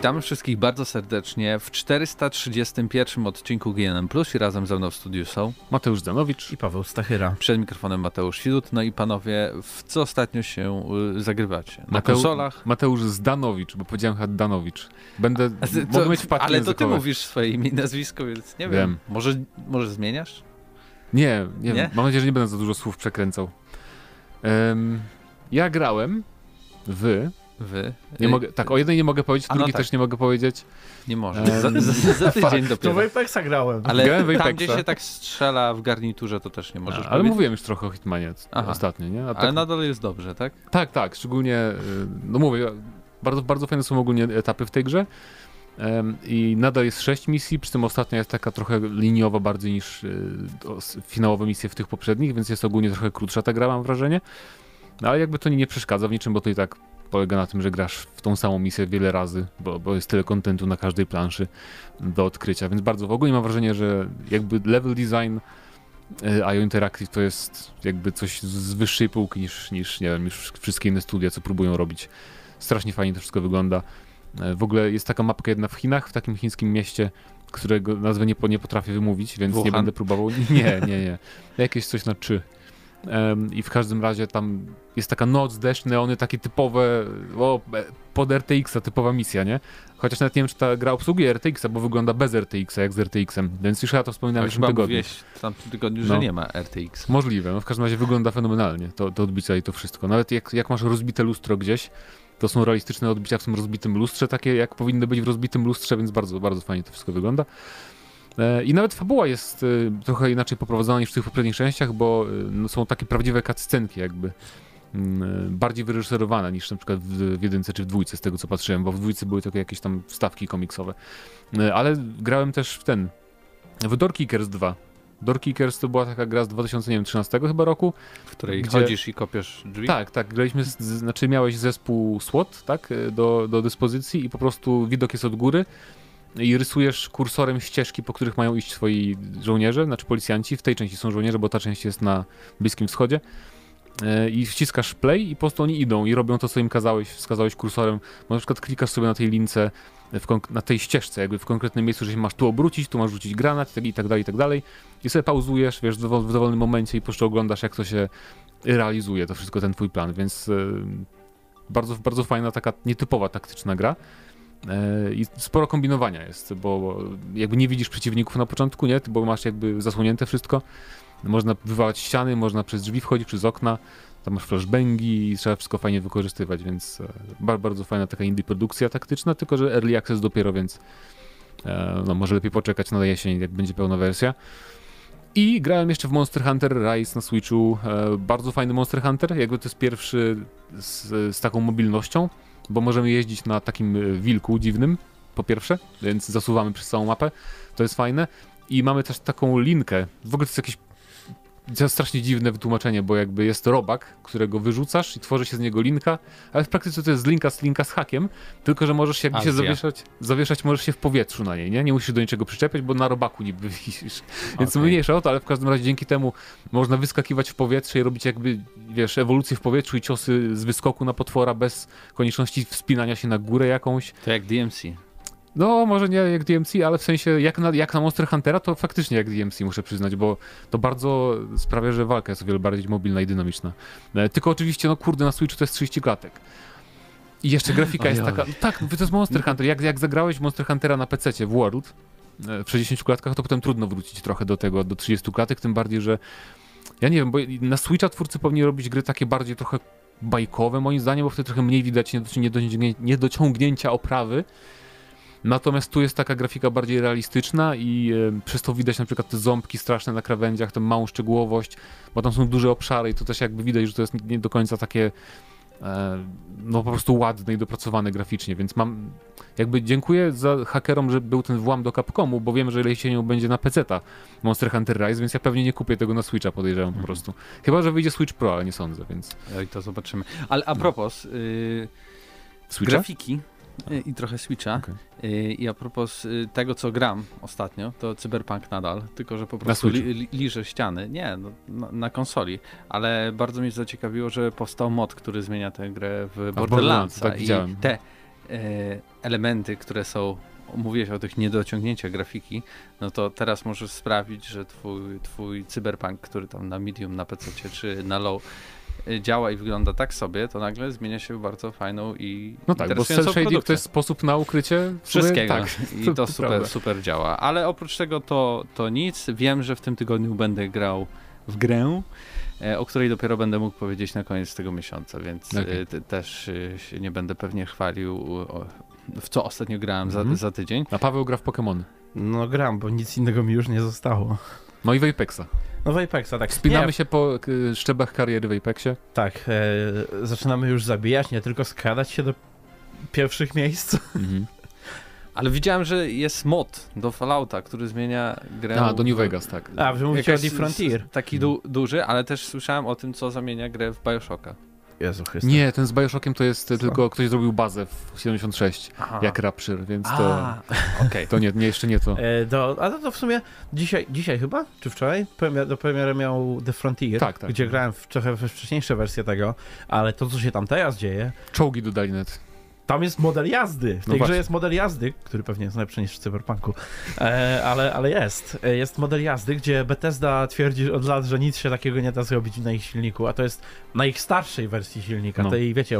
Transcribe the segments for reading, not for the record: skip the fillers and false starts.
Witamy wszystkich bardzo serdecznie w 431 odcinku GNM+, i razem ze mną w studiu są Mateusz Zdanowicz i Paweł Stachyra. Przed mikrofonem Mateusz Widut. No i panowie, w co ostatnio się zagrywacie? Na konsolach? Mateusz Zdanowicz, bo powiedziałem chyba Danowicz. Mogę mieć wpadki ale językowe. to ty mówisz swoje imię i nazwisko, więc nie wiem. Może zmieniasz? Nie? Mam nadzieję, że nie będę za dużo słów przekręcał. Ja grałem Nie mogę, tak, o jednej nie mogę powiedzieć, drugiej też nie mogę powiedzieć. Nie możesz. Za tydzień dopiero. To w Apexa grałem. Ale grałem w Apexa. Tam, gdzie się tak strzela w garniturze, to też nie możesz ale mówiłem już trochę o Hitmanie ostatnio, nie? Ale tak, nadal jest dobrze, tak? Tak, szczególnie, no mówię, bardzo, bardzo fajne są ogólnie etapy w tej grze. I nadal jest 6 misji, przy tym ostatnia jest taka trochę liniowa bardziej niż finałowe misje w tych poprzednich, więc jest ogólnie trochę krótsza ta gra, mam wrażenie. No, ale jakby to nie przeszkadza w niczym, bo to i tak polega na tym, że grasz w tą samą misję wiele razy, bo jest tyle kontentu na każdej planszy do odkrycia, więc bardzo w ogóle mam wrażenie, że jakby level design IO Interactive to jest jakby coś z wyższej półki niż nie wiem, już wszystkie inne studia, co próbują robić. Strasznie fajnie to wszystko wygląda. W ogóle jest taka mapka jedna w Chinach, w takim chińskim mieście, którego nazwę nie potrafię wymówić, więc Wuhan? Nie będę próbował. Nie. Jakieś coś na czy. I w każdym razie tam jest taka noc, deszcz, neony, takie typowe, pod RTX-a typowa misja, nie? Chociaż nawet nie wiem, czy ta gra obsługuje RTX-a, bo wygląda bez RTX-a, jak z RTX-em, więc już ja to wspominałem w tym tygodniu. W tamtym tygodniu, że nie ma RTX. Możliwe, no w każdym razie wygląda fenomenalnie, to odbicia i to wszystko. Nawet jak masz rozbite lustro gdzieś, to są realistyczne odbicia w tym rozbitym lustrze, takie jak powinny być w rozbitym lustrze, więc bardzo, bardzo fajnie to wszystko wygląda. I nawet fabuła jest trochę inaczej poprowadzona niż w tych poprzednich częściach, bo są takie prawdziwe cutscenki jakby, bardziej wyreżyserowane niż na przykład w jedynce czy w dwójce, z tego co patrzyłem, bo w dwójce były takie jakieś tam wstawki komiksowe. Ale grałem też w Doorkickers 2. Doorkickers to była taka gra z 2013 chyba roku. W której chodzisz i kopiesz drzwi? Tak, graliśmy, znaczy miałeś zespół SWAT, tak, do dyspozycji i po prostu widok jest od góry. I rysujesz kursorem ścieżki, po których mają iść twoi żołnierze, znaczy policjanci. W tej części są żołnierze, bo ta część jest na Bliskim Wschodzie. I wciskasz play i po prostu oni idą i robią to, co im wskazałeś kursorem. Bo na przykład klikasz sobie na tej lince, na tej ścieżce, jakby w konkretnym miejscu, że się masz tu obrócić, tu masz rzucić granat i tak dalej, i tak dalej. I sobie pauzujesz, wiesz, w dowolnym momencie i po prostu oglądasz, jak to się realizuje, to wszystko, ten twój plan. Więc bardzo, bardzo fajna, taka nietypowa taktyczna gra. I sporo kombinowania jest, bo jakby nie widzisz przeciwników na początku, nie? Bo masz jakby zasłonięte wszystko. Można wywalać ściany, można przez drzwi wchodzić, przez okna. Tam masz flashbangi i trzeba wszystko fajnie wykorzystywać, więc bardzo fajna taka indie produkcja taktyczna, tylko że early access dopiero, więc może lepiej poczekać na jesień, jak będzie pełna wersja. I grałem jeszcze w Monster Hunter Rise na Switchu. Bardzo fajny Monster Hunter, jakby to jest pierwszy z taką mobilnością, bo możemy jeździć na takim wilku dziwnym, po pierwsze, więc zasuwamy przez całą mapę, to jest fajne. I mamy też taką linkę, w ogóle to jest jakieś strasznie dziwne wytłumaczenie, bo jakby jest robak, którego wyrzucasz i tworzy się z niego linka, ale w praktyce to jest linka z hakiem, tylko że możesz się jakby się zawieszać możesz się w powietrzu na niej, nie? Nie musisz do niczego przyczepiać, bo na robaku niby wisisz. Więc mniejsza o to, ale w każdym razie dzięki temu można wyskakiwać w powietrze i robić jakby, wiesz, ewolucję w powietrzu i ciosy z wyskoku na potwora bez konieczności wspinania się na górę jakąś. To jak DMC. No, może nie jak DMC, ale w sensie jak na Monster Huntera, to faktycznie jak DMC, muszę przyznać, bo to bardzo sprawia, że walka jest o wiele bardziej mobilna i dynamiczna. Tylko oczywiście, no kurde, na Switchu to jest 30 klatek. I jeszcze grafika jest taka... Tak, to jest Monster Hunter. Jak zagrałeś Monster Huntera na PC-cie w World w 60 klatkach, to potem trudno wrócić trochę do 30 klatek, tym bardziej, że ja nie wiem, bo na Switcha twórcy powinni robić gry takie bardziej trochę bajkowe, moim zdaniem, bo wtedy trochę mniej widać niedociągnięcia oprawy. Natomiast tu jest taka grafika bardziej realistyczna i przez to widać na przykład te ząbki straszne na krawędziach, tę małą szczegółowość, bo tam są duże obszary i to też jakby widać, że to jest nie do końca takie no po prostu ładne i dopracowane graficznie, więc jakby dziękuję hakerom, że był ten włam do Capcomu, bo wiem, że jesienią będzie na PC-ta Monster Hunter Rise, więc ja pewnie nie kupię tego na Switcha, podejrzewam po prostu. Chyba że wyjdzie Switch Pro, ale nie sądzę, więc... I to zobaczymy. Ale a propos grafiki i trochę Switcha. Okay. I a propos tego, co gram ostatnio, to Cyberpunk nadal, tylko że po prostu liżę ściany. Nie, na konsoli. Ale bardzo mnie zaciekawiło, że powstał mod, który zmienia tę grę w Borderlandsa. Tak, i elementy, które są, mówiłeś o tych niedociągnięciach grafiki, no to teraz możesz sprawić, że twój cyberpunk, który tam na medium, na PC czy na low działa i wygląda tak sobie, to nagle zmienia się w bardzo fajną i no tak, bo cel shading to jest sposób na ukrycie wszystkiego. Tak, I to super działa. Ale oprócz tego to nic. Wiem, że w tym tygodniu będę grał w grę, o której dopiero będę mógł powiedzieć na koniec tego miesiąca, więc też się nie będę pewnie chwalił, w co ostatnio grałem za tydzień. A Paweł gra w Pokémony. No gram, bo nic innego mi już nie zostało. No i w Apexa. No w Apexa, tak. Wspinamy się po szczeblach kariery w Apexie. Tak, zaczynamy już zabijać, nie tylko skradać się do pierwszych miejsc. Ale widziałem, że jest mod do Fallouta, który zmienia grę. Do New Vegas, tak. Wy mówicie o The Frontier. Taki duży, ale też słyszałem o tym, co zamienia grę w BioShocka. Jezu Chryste. Nie, ten z BioShockiem to jest tylko ktoś zrobił bazę w 76, jak Rapture, więc to... Okej. To nie, jeszcze nie to. Ale to w sumie dzisiaj chyba, czy wczoraj, do premiery miał The Frontier, tak. gdzie grałem w trochę wcześniejsze wersje tego, ale to, co się tam teraz dzieje... Czołgi dodali net. Tam jest model jazdy. W tej grze jest model jazdy, który pewnie jest lepszy niż w Cyberpunku. Ale jest model jazdy, gdzie Bethesda twierdzi od lat, że nic się takiego nie da zrobić na ich silniku, a to jest na ich starszej wersji silnika, tej, wiecie,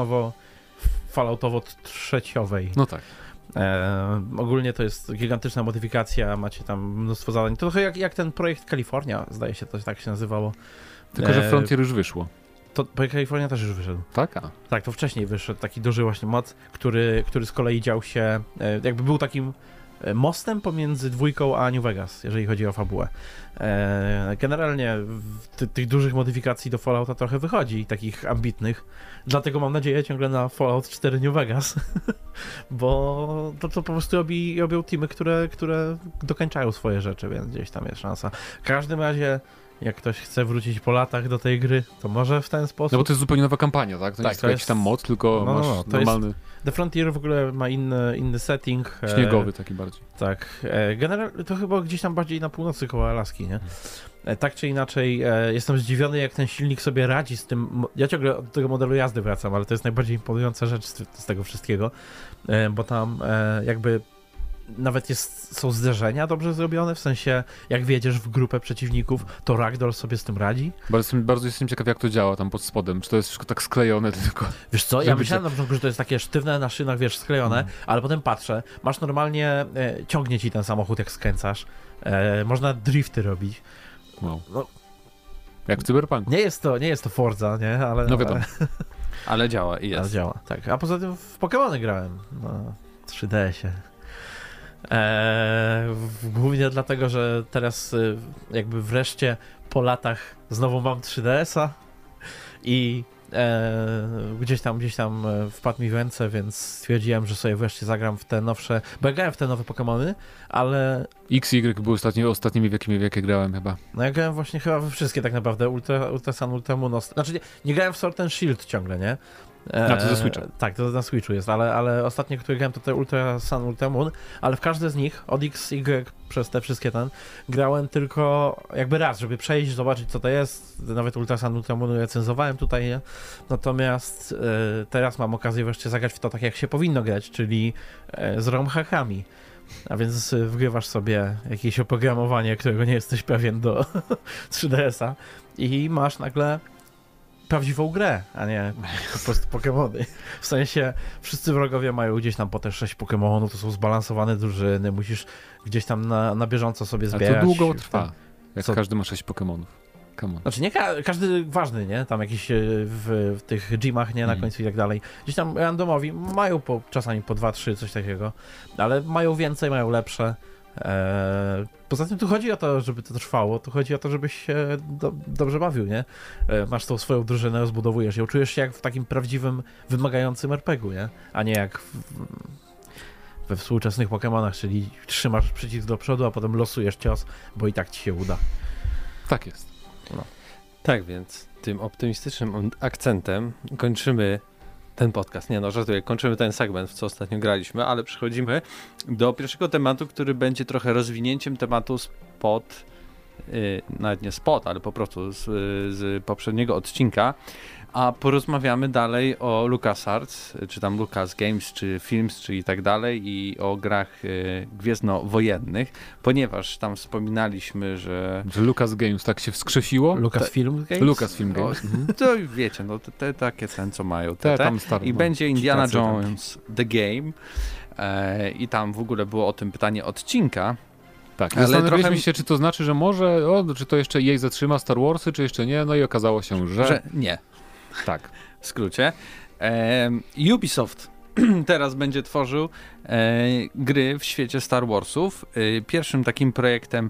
Oblivionowo-Falloutowo-trzeciowej. No tak. Ogólnie to jest gigantyczna modyfikacja, macie tam mnóstwo zadań. To trochę jak ten projekt Kalifornia, zdaje się, to tak się nazywało. Tylko, że Frontier już wyszło. To Kalifornia też już wyszedł. Tak? Tak, to wcześniej wyszedł taki duży właśnie mod, który z kolei dział się, jakby był takim mostem pomiędzy 2 a New Vegas, jeżeli chodzi o fabułę. Generalnie tych dużych modyfikacji do Fallouta trochę wychodzi, takich ambitnych, dlatego mam nadzieję ciągle na Fallout 4 New Vegas, bo to po prostu robią teamy, które dokończają swoje rzeczy, więc gdzieś tam jest szansa. W każdym razie jak ktoś chce wrócić po latach do tej gry, to może w ten sposób. No bo to jest zupełnie nowa kampania, tak? To nie jest jakiś tam mod, tylko masz normalny... The Frontier w ogóle ma inny setting. Śniegowy taki bardziej. Tak. Generalnie to chyba gdzieś tam bardziej na północy koło Alaski, nie? Tak czy inaczej, jestem zdziwiony, jak ten silnik sobie radzi z tym. Ja ciągle do tego modelu jazdy wracam, ale to jest najbardziej imponująca rzecz z tego wszystkiego, bo tam jakby nawet są zderzenia dobrze zrobione, w sensie jak wjedziesz w grupę przeciwników, to Ragdoll sobie z tym radzi. Bardzo jestem ciekaw, jak to działa tam pod spodem. Czy to jest wszystko tak sklejone tylko? Wiesz co, ja myślałem na początku, że to jest takie sztywne na szynach, wiesz, sklejone, ale potem patrzę, masz normalnie, ciągnie ci ten samochód, jak skręcasz, można drifty robić. Wow. No, jak w Cyberpunku. Nie jest to Forza, nie? Ale, no wiadomo. Ale działa i jest. Ale działa, tak. A poza tym w Pokémony grałem na 3DS-ie. Głównie dlatego, że teraz jakby wreszcie po latach znowu mam 3DS-a i gdzieś tam wpadł mi w ręce, więc stwierdziłem, że sobie wreszcie zagram w te nowsze, bo ja grałem w te nowe Pokémony, ale... X, Y były ostatnimi w jakie grałem chyba. No ja grałem właśnie chyba we wszystkie tak naprawdę, Ultra Sun, Ultra Moon, znaczy nie grałem w Sword and Shield ciągle, nie? To ze Switcha. Tak, to na Switchu jest, ale ostatnie, które grałem, to te Ultra Sun, Ultra Moon, ale w każde z nich, od X, Y przez te wszystkie grałem tylko jakby raz, żeby przejść, zobaczyć co to jest, nawet Ultra Sun, Ultra Moon recenzowałem tutaj, nie? Natomiast teraz mam okazję wreszcie zagrać w to tak, jak się powinno grać, czyli z ROM-hackami. A więc wgrywasz sobie jakieś oprogramowanie, którego nie jesteś pewien do 3DS-a i masz nagle prawdziwą grę, a nie po prostu Pokemony. W sensie wszyscy wrogowie mają gdzieś tam po te 6 Pokemonów, to są zbalansowane drużyny, musisz gdzieś tam na bieżąco sobie zbierać. A to długo trwa, jak każdy ma 6 Pokemonów. Znaczy nie każdy ważny, nie? Tam jakiś w tych gymach, nie? Na końcu i tak dalej. Gdzieś tam randomowi mają czasami po 2-3, coś takiego, ale mają więcej, mają lepsze. Poza tym tu chodzi o to, żeby to trwało, tu chodzi o to, żebyś się dobrze bawił, nie? Masz tą swoją drużynę, rozbudowujesz ją, czujesz się jak w takim prawdziwym, wymagającym RPG-u, nie? A nie jak we współczesnych Pokemonach, czyli trzymasz przycisk do przodu, a potem losujesz cios, bo i tak ci się uda. Tak jest. No. Tak więc tym optymistycznym akcentem kończymy ten podcast. Nie no, żartuję, kończymy ten segment, w co ostatnio graliśmy, ale przechodzimy do pierwszego tematu, który będzie trochę rozwinięciem tematu spod nawet nie spot, ale po prostu z poprzedniego odcinka, a porozmawiamy dalej o LucasArts, czy tam Lucas Games, czy Films, czy i tak dalej, i o grach gwiezdnowojennych, ponieważ tam wspominaliśmy, że Lucas Games tak się wskrzesiło. Lucasfilm Games? Lucasfilm Games. To wiecie, no te takie co mają. Tam start, I będzie Indiana Czytacy tam. Jones The Game. I tam w ogóle było o tym pytanie odcinka. Tak, ale zastanawialiśmy trochę się, czy to znaczy, że może, czy to jeszcze jej zatrzyma Star Warsy, czy jeszcze nie, no i okazało się, że nie. tak. W skrócie. Ubisoft teraz będzie tworzył gry w świecie Star Warsów. Pierwszym takim projektem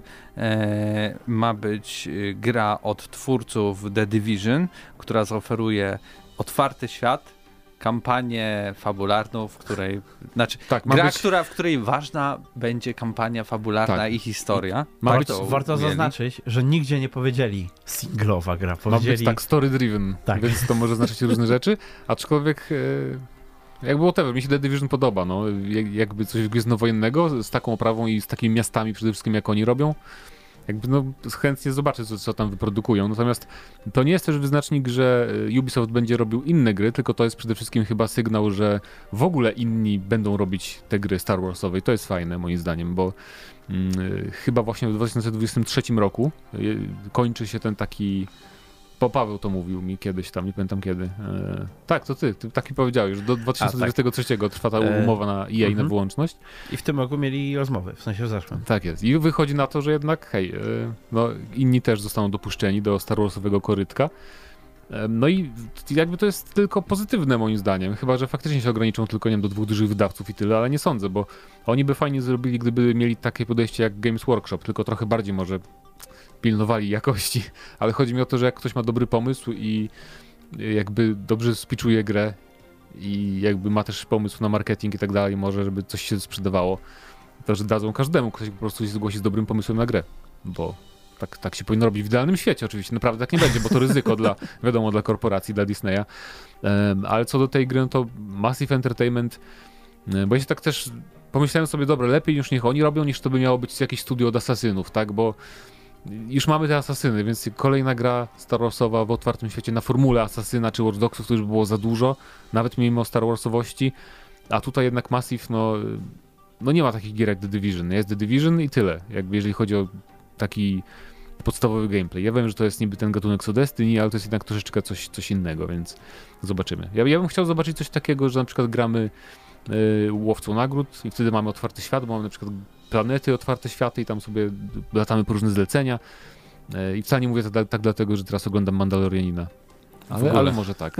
ma być gra od twórców The Division, która zaoferuje otwarty świat, kampanię fabularną, w której... Znaczy, Tak, gra, w której ważna będzie kampania fabularna Tak. i historia. Warto zaznaczyć, że nigdzie nie powiedzieli singlowa gra. Ma Powiedzieli... być tak story-driven, Tak. więc to może znaczyć różne rzeczy, aczkolwiek jakby whatever, mi się The Division podoba, no, jakby coś gwiezdnowojennego z taką oprawą i z takimi miastami przede wszystkim, jak oni robią. Jakby no chętnie zobaczę, co tam wyprodukują. Natomiast to nie jest też wyznacznik, że Ubisoft będzie robił inne gry, tylko to jest przede wszystkim chyba sygnał, że w ogóle inni będą robić te gry Star Warsowe i to jest fajne moim zdaniem, bo chyba właśnie w 2023 roku kończy się ten taki... Bo Paweł to mówił mi kiedyś tam, nie pamiętam kiedy. Tak, to ty taki powiedziałeś, że do 2023 trwa ta umowa na EA na wyłączność. I w tym roku mieli rozmowy, w sensie w zeszłym. Tak jest. I wychodzi na to, że jednak hej, no inni też zostaną dopuszczeni do Star Warsowego korytka. No i jakby to jest tylko pozytywne moim zdaniem, chyba że faktycznie się ograniczą tylko, nie wiem, do 2 dużych wydawców i tyle, ale nie sądzę, bo oni by fajnie zrobili, gdyby mieli takie podejście jak Games Workshop, tylko trochę bardziej może pilnowali jakości, ale chodzi mi o to, że jak ktoś ma dobry pomysł i jakby dobrze spiczuje grę i jakby ma też pomysł na marketing i tak dalej, może żeby coś się sprzedawało, to że dadzą każdemu, ktoś po prostu się zgłosi z dobrym pomysłem na grę, bo tak się powinno robić w idealnym świecie oczywiście, naprawdę tak nie będzie, bo to ryzyko wiadomo, dla korporacji, dla Disneya, ale co do tej gry, no to Massive Entertainment, bo ja się tak też pomyślałem sobie, dobra, lepiej już niech oni robią, niż to by miało być jakieś studio od asasynów, tak, bo już mamy te asasyny, więc kolejna gra Star Warsowa w otwartym świecie na formule asasyna czy Watch Dogsów to już było za dużo, nawet mimo Star Warsowości, a tutaj jednak Massive, no nie ma takich gier jak The Division, jest The Division i tyle, jakby jeżeli chodzi o taki podstawowy gameplay. Ja wiem, że to jest niby ten gatunek co Destiny, ale to jest jednak troszeczkę coś innego, więc zobaczymy. Ja bym chciał zobaczyć coś takiego, że na przykład gramy łowcą nagród i wtedy mamy otwarty świat, bo mamy na przykład planety, otwarte światy i tam sobie latamy po różne zlecenia. I wcale nie mówię tak dlatego, że teraz oglądam Mandalorianina. Ale może tak.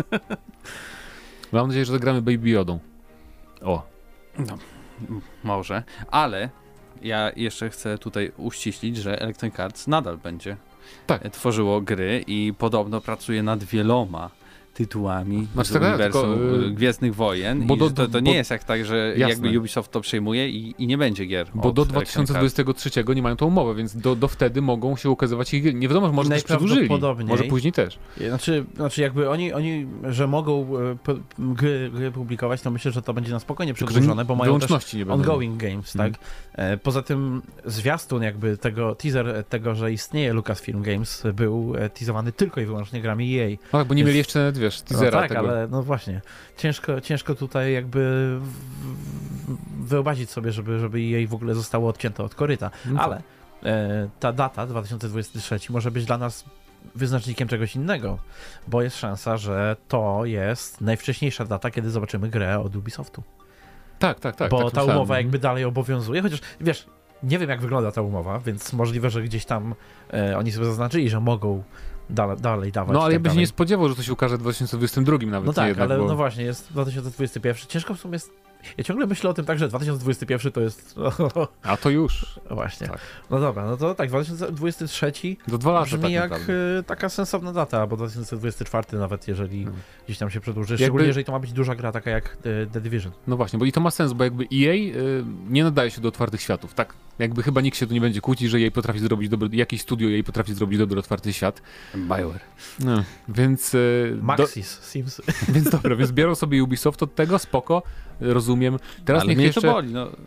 Mam nadzieję, że zagramy Baby Yodą. O. No, może. Ale ja jeszcze chcę tutaj uściślić, że Electronic Arts nadal będzie tworzyło gry i podobno pracuje nad wieloma tytułami z uniwersum Gwiezdnych Wojen. Bo to nie jest jak tak, że jakby Ubisoft to przejmuje i nie będzie gier. Bo do 2023 nie mają tą umowę, więc do wtedy mogą się ukazywać ich. Nie wiadomo, może też przedłużyli. Może później też. Znaczy jakby oni że mogą gry publikować, to myślę, że to będzie na spokojnie przedłużone, bo mają też ongoing games, tak? Poza tym zwiastun jakby teaser tego, że istnieje Lucasfilm Games był teasowany tylko i wyłącznie grami EA. Tak, bo nie mieli jeszcze teasera tak, tego. Ale no właśnie, ciężko tutaj jakby wyobrazić sobie, żeby jej w ogóle zostało odcięte od koryta, ale ta data 2023 może być dla nas wyznacznikiem czegoś innego, bo jest szansa, że to jest najwcześniejsza data, kiedy zobaczymy grę od Ubisoftu. Tak. Bo ta umowa jakby dalej obowiązuje, chociaż wiesz, nie wiem jak wygląda ta umowa, więc możliwe, że gdzieś tam oni sobie zaznaczyli, że mogą dalej dawać. No ale ja bym się nie spodziewał, że to się ukaże w 2022 nawet. No tak, jednak, ale no właśnie, jest 2021. Ciężko w sumie jest... Ja ciągle myślę o tym tak, że 2021 to jest... A to już. Właśnie. Tak. No dobra, no to tak, 2023 do 2 lata brzmi tak jak naprawdę. taka sensowna data, bo 2024 nawet, jeżeli gdzieś tam się przedłuży. Szczególnie jeżeli to ma być duża gra taka jak The Division. No właśnie, bo i to ma sens, bo jakby EA nie nadaje się do otwartych światów, tak? Jakby chyba nikt się tu nie będzie kłócić, że EA potrafi zrobić jakieś studio EA potrafi zrobić dobry otwarty świat. BioWare. No, więc... Maxis, Sims. Więc dobra, więc biorą sobie Ubisoft od tego, spoko, rozumiem. Teraz ale mnie to boli, no.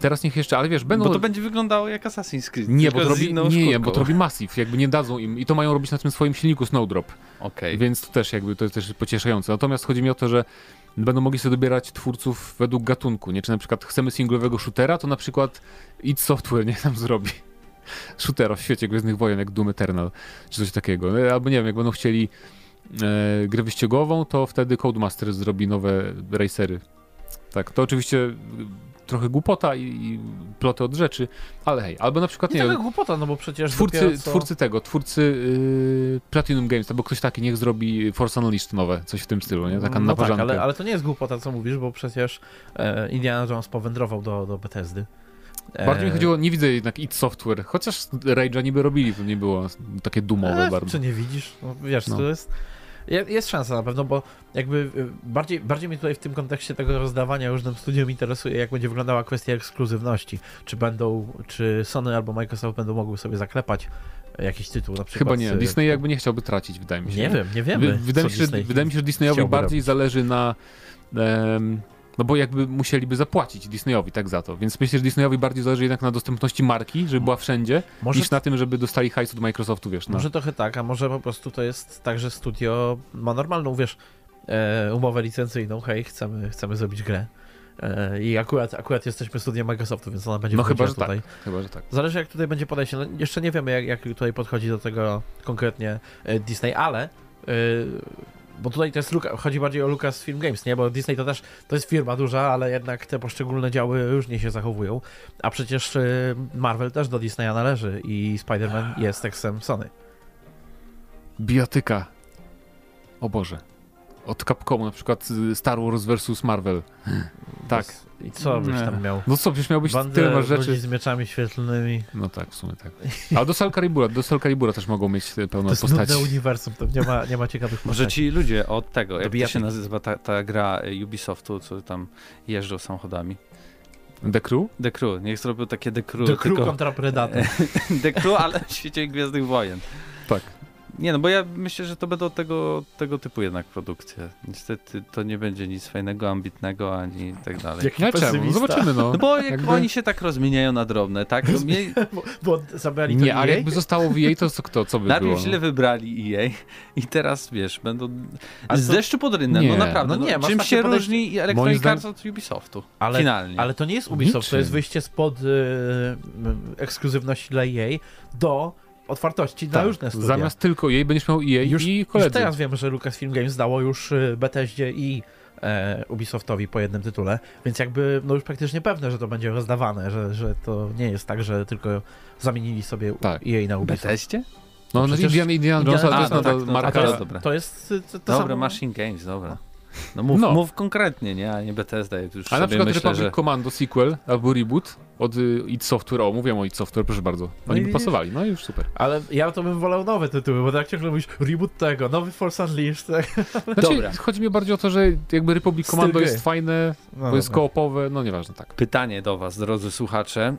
Teraz niech jeszcze, ale wiesz, będą... Bo to będzie wyglądało jak Assassin's Creed. Nie, tylko bo to z robi, inną nie, skórką. bo to robi Massive, jakby nie dadzą im i to mają robić na tym swoim silniku Snowdrop, Okej. więc to też jakby to jest też pocieszające. Natomiast chodzi mi o to, że będą mogli sobie dobierać twórców według gatunku, nie? Czy na przykład chcemy singlowego shootera, to na przykład id Software niech nam zrobi shootera w świecie Gwiezdnych Wojen, jak Doom Eternal, czy coś takiego. Albo nie wiem, jak będą chcieli grę wyścigową, to wtedy Codemasters zrobi nowe racery. Tak, to oczywiście trochę głupota i ploty od rzeczy, ale hej, albo na przykład, Nie nie taka wiem, głupota, no bo przecież twórcy Platinum Games, albo ktoś taki niech zrobi Force Unleashed nowe, coś w tym stylu, nie? Taka no tak, naparzanka. ale to nie jest głupota, co mówisz, bo przecież Indiana Jones powędrował do Bethesdy. Bardziej mi chodziło, nie widzę jednak id Software, chociaż Rage'a niby robili, to nie było takie doomowe bardzo. Czy nie widzisz? No, wiesz, No. to jest... Jest szansa na pewno, bo jakby bardziej mnie tutaj w tym kontekście tego rozdawania różnym studiom interesuje, jak będzie wyglądała kwestia ekskluzywności. Czy Sony albo Microsoft będą mogły sobie zaklepać jakiś tytuł, na przykład... Chyba nie, Disney jakby nie chciałby tracić, wydaje mi się. Nie wiemy. Wydaje mi się, że Disneyowi chciałby bardziej robić. zależy na... no bo jakby musieliby zapłacić Disneyowi tak za to, więc myślę, że Disneyowi bardziej zależy jednak na dostępności marki, żeby była wszędzie, niż na tym, żeby dostali hajs od Microsoftu, wiesz. Może trochę tak, a może po prostu to jest tak, że studio ma normalną, wiesz, umowę licencyjną, hej, chcemy zrobić grę. I akurat jesteśmy studiem Microsoftu, więc ona będzie No chyba, wchodziła że tutaj. tak. Chyba, że tak. Zależy, jak tutaj będzie podejście. No, jeszcze nie wiemy, jak tutaj podchodzi do tego konkretnie Disney, ale bo tutaj to jest chodzi bardziej o Lucasfilm Games, nie? Bo Disney to jest firma duża, ale jednak te poszczególne działy różnie się zachowują. A przecież Marvel też do Disneya należy i Spider-Man jest tekstem Sony. Bijatyka. O Boże. Od Capcomu, na przykład Star Wars vs. Marvel. Tak. I co byś tam miał? No co, przecież miał być Bandę tyle masz ludzi rzeczy. z mieczami świetlnymi. No tak, w sumie tak. A do Soul Calibura też mogą mieć pełno To jest postaci. nudne uniwersum, to nie ma ciekawych Może postaci. ci ludzie od tego, jak to Dobijatyki. się nazywa ta gra Ubisoftu, co tam jeżdżą samochodami. The Crew? The Crew, niech zrobią takie The Crew, The Crew tylko kontra Predator. The Crew, ale w świecie Gwiezdnych Wojen. Tak. Nie, no bo ja myślę, że to będą tego typu jednak produkcje. Niestety to nie będzie nic fajnego, ambitnego, ani tak dalej. Jaki Nie, czemu? No pesymista. zobaczymy, no. No bo jak Jakby- oni się tak rozmieniają na drobne, tak? Bo zabrali to Nie, ale EA? jakby zostało w EA, to co by było? Najpierw źle wybrali EA i teraz, wiesz, będą A z to- deszczu pod rynem, Nie. no naprawdę. No nie, masz czym takie się podejście- różni Moim Electronic zdaniem- Arts od Ubisoftu? Ale- Finalnie. Ale to nie jest Ubisoft, to jest Niczym. wyjście spod ekskluzywności dla EA do otwartości dla Tak. różne studia. Zamiast tylko EA będziesz miał EA już i koledzy. teraz wiemy, że Lucasfilm Games dało już Bethesdzie i Ubisoftowi po jednym tytule, więc jakby no już praktycznie pewne, że to będzie rozdawane, że to nie jest tak, że tylko zamienili sobie Tak. EA na Ubisoft. Bethesdzie? No, no przecież Indiana Jonesa to A, jest no nadal tak, no marka... tak, to, dobra. to jest to Dobra, samo... Machine Games, dobra. No mów konkretnie, nie? A nie Bethesda, jak już A na sobie przykład myślę, Republic że... Commando sequel albo reboot od id Software. O, mówiłem o id Software, proszę bardzo. No Oni i by pasowali, no i już super. Ale ja to bym wolał nowe tytuły, bo tak ciągle mówisz reboot tego, nowy Force Unleashed. Tak? Znaczy, Dobra. chodzi mi bardziej o to, że jakby Republic Styl Commando gry. jest fajne, No bo jest dobra. koopowe, no nieważne, tak. Pytanie do was, drodzy słuchacze.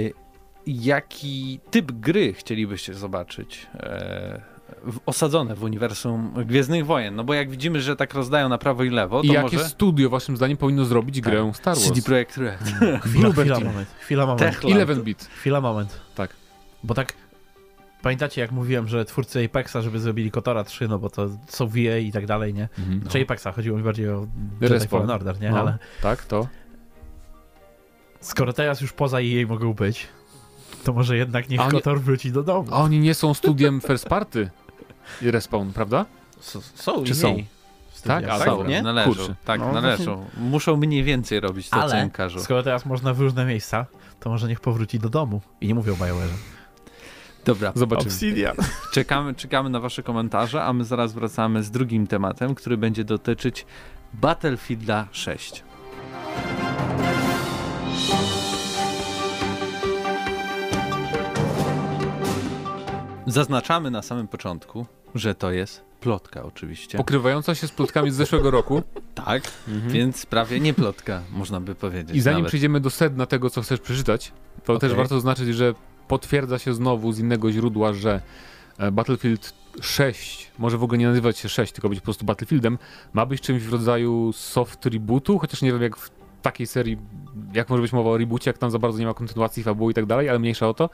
Jaki typ gry chcielibyście zobaczyć osadzone w uniwersum Gwiezdnych Wojen? No bo jak widzimy, że tak rozdają na prawo i lewo, to I jakie może... studio waszym zdaniem powinno zrobić grę Star Wars? CD Projekt Red. Chwila, moment. Techland. 11-bit. Chwila, moment. Tak. Bo tak, pamiętacie jak mówiłem, że twórcy Apexa, żeby zrobili KOTORa 3, no bo to są VA i tak dalej, nie? Mhm. Czy Apexa, chodziło mi bardziej o Jedi Respawn. Fallen Order, nie? No. Ale Tak, to. skoro teraz już poza EA mogą być, to może jednak niech A oni- KOTOR wróci do domu. A oni nie są studiem first party i Respawn, prawda? Są Czy EA. są? Studia. Tak? A Tak, dobra. nie? Należą. Kurczę. Tak, No, należą. Muszą mniej więcej robić to, co Ale im każą. skoro teraz można w różne miejsca, to może niech powróci do domu. I nie mówię o BioWare'ze. Dobra, Zobaczymy. Obsidian. czekamy na wasze komentarze, a my zaraz wracamy z drugim tematem, który będzie dotyczyć Battlefielda 6. Zaznaczamy na samym początku, że to jest plotka oczywiście. Pokrywająca się z plotkami z zeszłego roku. Tak, więc prawie nie plotka, można by powiedzieć. I zanim nawet. przejdziemy do sedna tego, co chcesz przeczytać, to też Okej. warto zaznaczyć, że potwierdza się znowu z innego źródła, że Battlefield 6, może w ogóle nie nazywać się 6, tylko być po prostu Battlefieldem, ma być czymś w rodzaju soft rebootu, chociaż nie wiem jak takiej serii, jak może być mowa o reboocie, jak tam za bardzo nie ma kontynuacji, fabuły i tak dalej, ale mniejsza o to.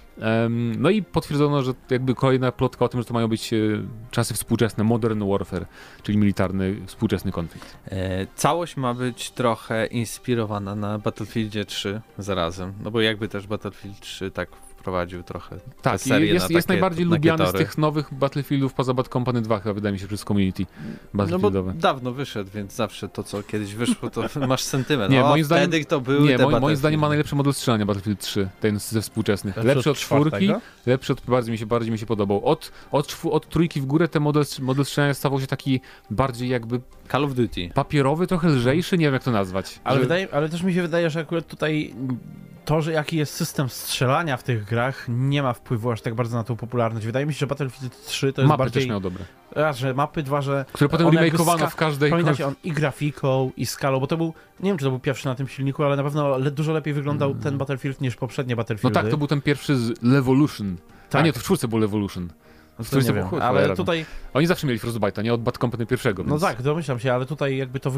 No i potwierdzono, że jakby kolejna plotka o tym, że to mają być czasy współczesne, modern warfare, czyli militarny, współczesny konflikt. Całość ma być trochę inspirowana na Battlefieldzie 3 zarazem, no bo jakby też Battlefield 3 tak wprowadził trochę tak, serię jest najbardziej lubiany tory. z tych nowych Battlefieldów poza Bad Company 2, chyba wydaje mi się, przez community battlefieldowe. No bo dawno wyszedł, więc zawsze to, co kiedyś wyszło, to masz sentyment. Nie, moim zdaniem, wtedy to były te moim zdaniem ma najlepszy model strzelania Battlefield 3, ten ze współczesnych. Lepszy od czwórki, lepszy od, bardziej mi się podobał. Od trójki w górę ten model strzelania stawał się taki bardziej jakby Call of Duty. Papierowy, trochę lżejszy, nie wiem jak to nazwać. Ale też mi się wydaje, że akurat tutaj to, że jaki jest system strzelania w tych grach, nie ma wpływu aż tak bardzo na tą popularność. Wydaje mi się, że Battlefield 3 to jest mapy bardziej... też miał dobre. Raz, że mapy, dwa, że... Które potem remake'owano w każdej... Pamięta się on i grafiką, i skalą, bo to był... Nie wiem, czy to był pierwszy na tym silniku, ale na pewno dużo lepiej wyglądał ten Battlefield niż poprzednie Battlefieldy. No tak, to był ten pierwszy z Levolution. Tak. A nie, to w czwórce był Levolution. To nie wiem, ale tutaj... Oni zawsze mieli Frostbite'a, nie od Bad Company pierwszego. No tak, domyślam się, ale tutaj jakby to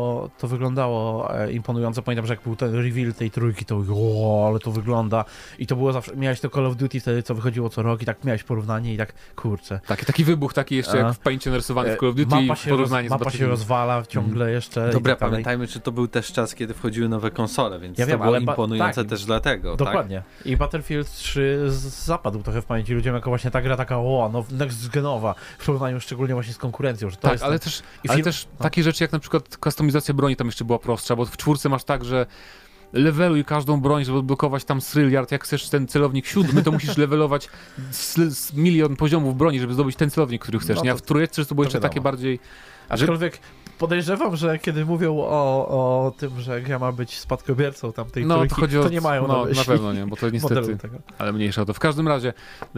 wyglądało imponująco. Pamiętam, że jak był ten reveal tej trójki, to ale to wygląda. I to było zawsze, miałeś to Call of Duty wtedy, co wychodziło co rok i tak miałeś porównanie i tak, kurczę. Taki wybuch, taki jeszcze jak w Paint'cie narysowany w Call of Duty i porównanie z mapa się rozwala ciągle jeszcze. Dobra, tak pamiętajmy, czy to był też czas, kiedy wchodziły nowe konsole, więc ja to wiem, było ale imponujące tak, też dlatego. Dokładnie. Tak? I Battlefield 3 zapadł trochę w pamięci ludziom, jako właśnie ta gra taka, no next genowa, w porównaniu szczególnie właśnie z konkurencją, że to tak, jest... ale też takie rzeczy jak na przykład kustomizacja broni tam jeszcze była prostsza, bo w czwórce masz tak, że leveluj każdą broń, żeby odblokować tam Sryliard. Jak chcesz ten celownik 7, to musisz levelować milion poziomów broni, żeby zdobyć ten celownik, który chcesz. No nie? A w trójce to było jeszcze takie bardziej... Aczkolwiek podejrzewam, że kiedy mówią o tym, że gra ma być spadkobiercą tamtej trójki, to nie mają na myśli. Na pewno nie, bo to niestety... Ale mniejsza o to. W każdym razie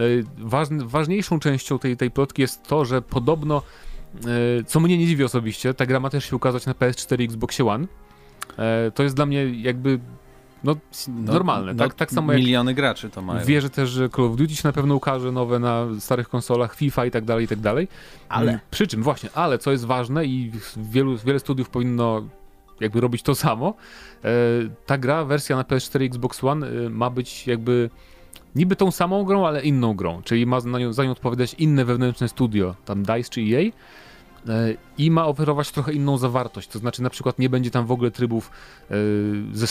ważniejszą częścią tej plotki jest to, że podobno, co mnie nie dziwi osobiście, ta gra ma też się ukazać na PS4 i Xbox One. To jest dla mnie jakby normalne. Tak samo jak miliony graczy to mają. Wierzę też, że Call of Duty się na pewno ukaże nowe na starych konsolach, FIFA i tak dalej. Ale przy czym właśnie, ale co jest ważne i wiele studiów powinno jakby robić to samo, ta gra, wersja na PS4 i Xbox One ma być jakby niby tą samą grą, ale inną grą, czyli ma za nią odpowiadać inne wewnętrzne studio, tam DICE czy EA, i ma oferować trochę inną zawartość, to znaczy na przykład nie będzie tam w ogóle trybów ze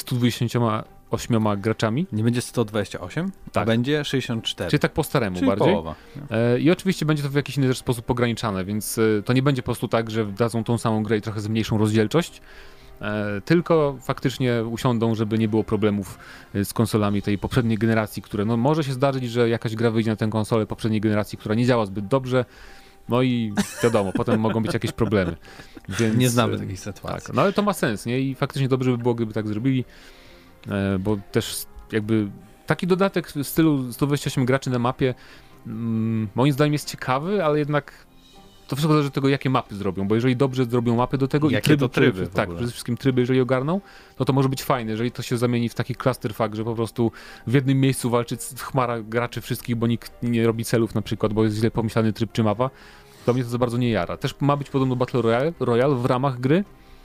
128 graczami. Nie będzie 128? Tak. A będzie 64. Czyli tak po staremu czyli bardziej. Połowa. I oczywiście będzie to w jakiś inny też sposób ograniczane, więc to nie będzie po prostu tak, że dadzą tą samą grę i trochę zmniejszą rozdzielczość, tylko faktycznie usiądą, żeby nie było problemów z konsolami tej poprzedniej generacji, które no może się zdarzyć, że jakaś gra wyjdzie na tę konsolę poprzedniej generacji, która nie działa zbyt dobrze. No i wiadomo, potem mogą być jakieś problemy. Więc, nie znamy takiej sytuacji. Tak, no ale to ma sens, nie? I faktycznie dobrze by było, gdyby tak zrobili, bo też jakby taki dodatek w stylu 128 graczy na mapie moim zdaniem jest ciekawy, ale jednak to wszystko zależy od tego, jakie mapy zrobią, bo jeżeli dobrze zrobią mapy do tego jakie i tryby, tak, przede wszystkim tryby, jeżeli ogarną, no to może być fajne, jeżeli to się zamieni w taki clusterfuck, że po prostu w jednym miejscu walczy chmara graczy wszystkich, bo nikt nie robi celów na przykład, bo jest źle pomyślany tryb czy mapa, to mnie to za bardzo nie jara. Też ma być podobno Battle Royale w ramach gry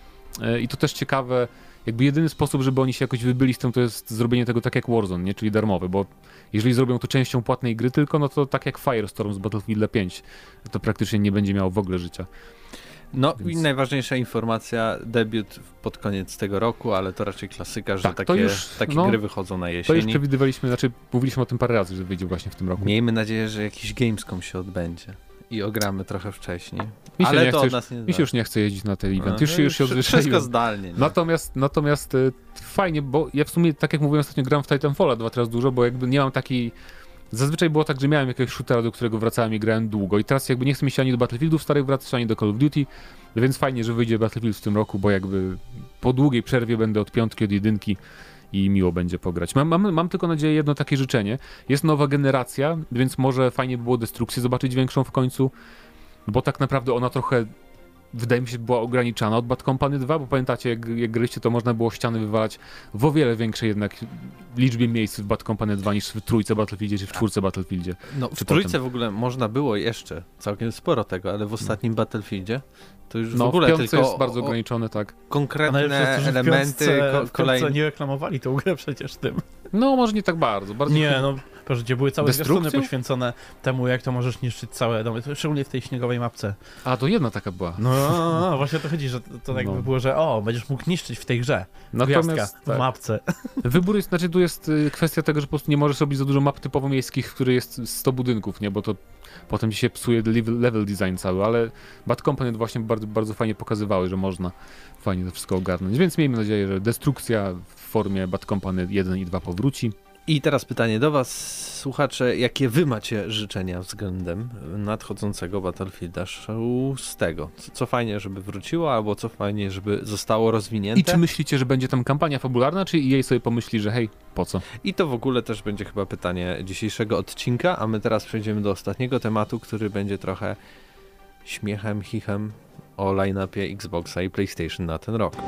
i to też ciekawe, jakby jedyny sposób, żeby oni się jakoś wybyli z tym, to jest zrobienie tego tak jak Warzone, nie? Czyli darmowe, bo jeżeli zrobią to częścią płatnej gry tylko, no to tak jak Firestorm z Battlefield 5, to praktycznie nie będzie miało w ogóle życia. No więc... i najważniejsza informacja, debiut pod koniec tego roku, ale to raczej klasyka, że tak, takie gry wychodzą na jesieni. To już przewidywaliśmy, znaczy mówiliśmy o tym parę razy, że wyjdzie właśnie w tym roku. Miejmy nadzieję, że jakiś Gamescom się odbędzie i ogramy trochę wcześniej. Ale to od nas nie mi się już nie chce jeździć na ten event, już się odzwyczaiłem. Wszystko zdalnie. Nie? Natomiast fajnie, bo ja w sumie, tak jak mówiłem ostatnio, gram w Titanfalla 2 teraz dużo, bo jakby nie mam takiej... Zazwyczaj było tak, że miałem jakiegoś shootera, do którego wracałem i grałem długo i teraz jakby nie chcę mi się ani do Battlefieldów starych wracać, ani do Call of Duty, więc fajnie, że wyjdzie Battlefield w tym roku, bo jakby po długiej przerwie będę od 5, od 1 i miło będzie pograć. Mam tylko nadzieję jedno takie życzenie. Jest nowa generacja, więc może fajnie by było destrukcję zobaczyć większą w końcu, bo tak naprawdę ona trochę wydaje mi się, była ograniczana od Bad Company 2, bo pamiętacie, jak gryście, to można było ściany wywalać w o wiele większej jednak liczbie miejsc w Bad Company 2 niż w trójce Battlefieldzie czy w czwórce Battlefieldzie. No, w trójce w ogóle można było jeszcze całkiem sporo tego, ale w ostatnim Battlefieldzie to już w ogóle w piątce tylko jest bardzo ograniczone, tak. to, konkretne że elementy kolejne. Nie reklamowali tą grę przecież tym. No, może nie tak bardzo. Nie, no proszę cię, były całe zwiastuny Destrukcją? poświęcone temu, jak to możesz niszczyć całe domy, szczególnie w tej śniegowej mapce. A, to jedna taka była. No, właśnie o to chodzi, że to jakby było, że będziesz mógł niszczyć w tej grze. Natomiast w mapce. wybór jest, znaczy tu jest kwestia tego, że po prostu nie możesz robić za dużo map typowo miejskich, w której jest 100 budynków, nie, bo to potem ci się psuje level design cały, ale Bad Company właśnie bardzo, bardzo fajnie pokazywały, że można fajnie to wszystko ogarnąć, więc miejmy nadzieję, że destrukcja w formie Bad Company 1 i 2 powróci. I teraz pytanie do was, słuchacze, jakie wy macie życzenia względem nadchodzącego Battlefielda 6? Co fajnie, żeby wróciło, albo co fajnie, żeby zostało rozwinięte? I czy myślicie, że będzie tam kampania fabularna, czy EA sobie pomyśli, że hej, po co? I to w ogóle też będzie chyba pytanie dzisiejszego odcinka, a my teraz przejdziemy do ostatniego tematu, który będzie trochę śmiechem, chichem o line-upie Xboxa i PlayStation na ten rok.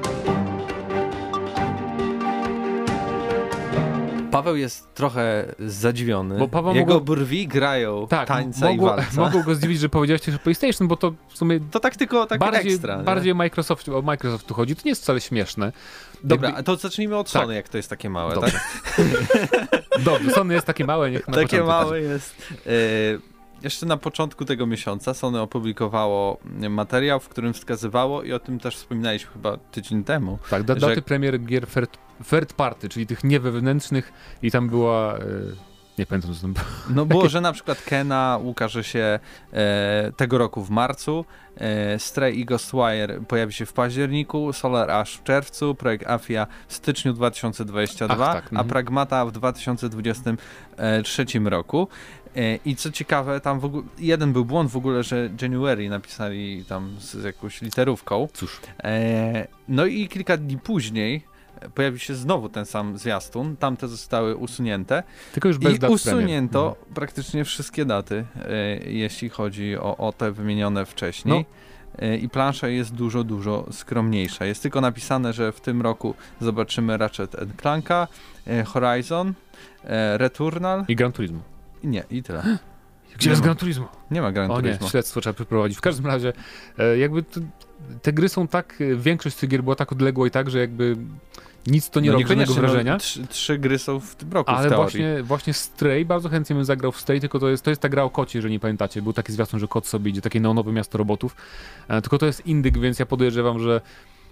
Paweł jest trochę zadziwiony. Bo Paweł Jego brwi grają tańce i walca. Mogło go zdziwić, że powiedziałeś, że PlayStation, bo to w sumie to tak tylko tak ekstra. Bardziej o Microsoft tu chodzi. To nie jest wcale śmieszne. Dobra, to zacznijmy od Sony, jak to jest takie małe, dobrze. Tak? Dobrze, Sony jest takie małe, niech na takie początku małe będzie. jest. Jeszcze na początku tego miesiąca Sony opublikowało materiał, w którym wskazywało, i o tym też wspominaliśmy chyba tydzień temu. Tak, daty premier gier third party, czyli tych niewewnętrznych, i tam była... nie pamiętam, co tam było. No było, że na przykład Kena ukaże się tego roku w marcu, Stray i Ghostwire pojawi się w październiku, Solar Ash w czerwcu, projekt Afia w styczniu 2022, a Pragmata w 2023 roku. I co ciekawe, tam w ogóle, jeden był błąd w ogóle, że January napisali tam z jakąś literówką. Cóż. No i kilka dni później pojawił się znowu ten sam zwiastun, tamte zostały usunięte. Tylko już bez dat usunięto praktycznie wszystkie daty, jeśli chodzi o te wymienione wcześniej. I plansza jest dużo, dużo skromniejsza. Jest tylko napisane, że w tym roku zobaczymy Ratchet & Clanka, Horizon, Returnal i Gran Turismo. Nie, i tyle. Gdzie jest Gran Turismo? Nie ma Gran Turismo. O nie, śledztwo trzeba przeprowadzić. W każdym razie, jakby te gry są tak, większość z tych gier była tak odległa i tak, że jakby nic to nie robi żadnego wrażenia. Trzy gry są w tym roku, ale w teorii. właśnie Stray, bardzo chętnie bym zagrał w Stray, tylko to jest ta gra o kocie, jeżeli nie pamiętacie. Był taki zwiastun, że kot sobie idzie, takie neonowe miasto robotów. Tylko to jest indyk, więc ja podejrzewam, że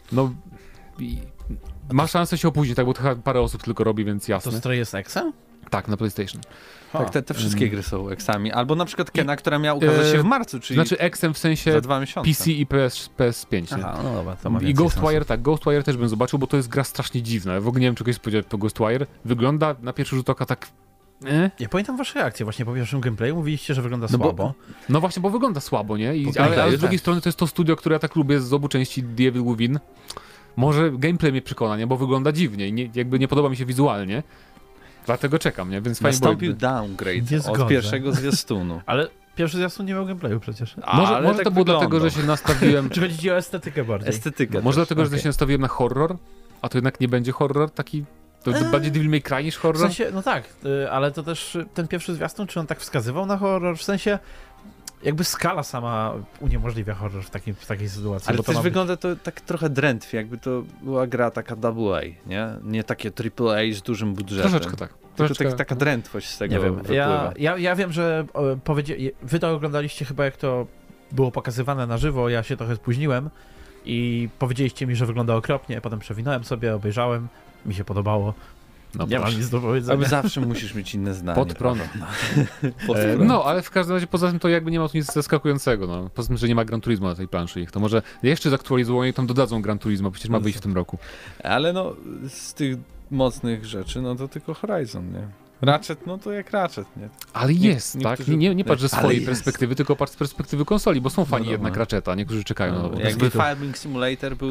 ma szansę się opóźnić, tak, bo to chyba parę osób tylko robi, więc jasne. To Stray jest Exem? Tak, na PlayStation. Tak, te wszystkie gry są Exami. Albo na przykład Kena, która miała ukazać się w marcu, czyli znaczy Exem w sensie za 2 miesiące. PC i PS5. Aha, no dobra, to ma i Ghostwire, tak, Ghostwire też bym zobaczył, bo to jest gra strasznie dziwna. Ja w ogóle nie wiem, czegoś spodziewać po Ghostwire. Wygląda na pierwszy rzut oka tak... Ja pamiętam wasze reakcje właśnie po pierwszym gameplayu, mówiliście, że wygląda słabo. No właśnie, bo wygląda słabo, nie? Ale z drugiej strony to jest to studio, które ja tak lubię z obu części The Evil Within. Może gameplay mnie przekona, nie? Bo wygląda dziwnie i jakby nie podoba mi się wizualnie. Dlatego czekam, nie? Więc nastąpił downgrade od pierwszego zwiastunu. Ale pierwszy zwiastun nie miał gameplayu przecież. Może tak to było dlatego, że się nastawiłem... Czy chodzi o estetykę bardziej? Estetykę może dlatego, że się nastawiłem na horror, a to jednak nie będzie horror taki... To bardziej Devil May Cry niż horror? W sensie, no tak, ale to też ten pierwszy zwiastun, czy on tak wskazywał na horror? W sensie... Jakby skala sama uniemożliwia horror w takiej sytuacji. Ale też wygląda to tak trochę drętwie, jakby to była gra taka AA, nie? Nie takie AAA z dużym budżetem. Troszeczkę tak. Tylko taka drętwość z tego nie wiem. wypływa. Ja wiem, że wy to oglądaliście chyba, jak to było pokazywane na żywo, ja się trochę spóźniłem i powiedzieliście mi, że wygląda okropnie, potem przewinąłem sobie, obejrzałem, mi się podobało. No nie mam nic do powiedzenia. Ale zawsze musisz mieć inne zdanie. Pod prąd. No, ale w każdym razie poza tym to jakby nie ma tu nic zaskakującego. No. Poza tym, że nie ma Gran Turismo na tej planszy ich. To może jeszcze zaktualizują i tam dodadzą Gran Turismo, przecież ma wyjść w tym roku. Ale no, z tych mocnych rzeczy, no to tylko Horizon, nie? Ratchet, no to jak Ratchet, nie? Ale jest, tak? Nie patrz ze swojej perspektywy, tylko patrz z perspektywy konsoli, bo są fani jednak Ratcheta, niektórzy czekają na to. Jakby Farming Simulator był też...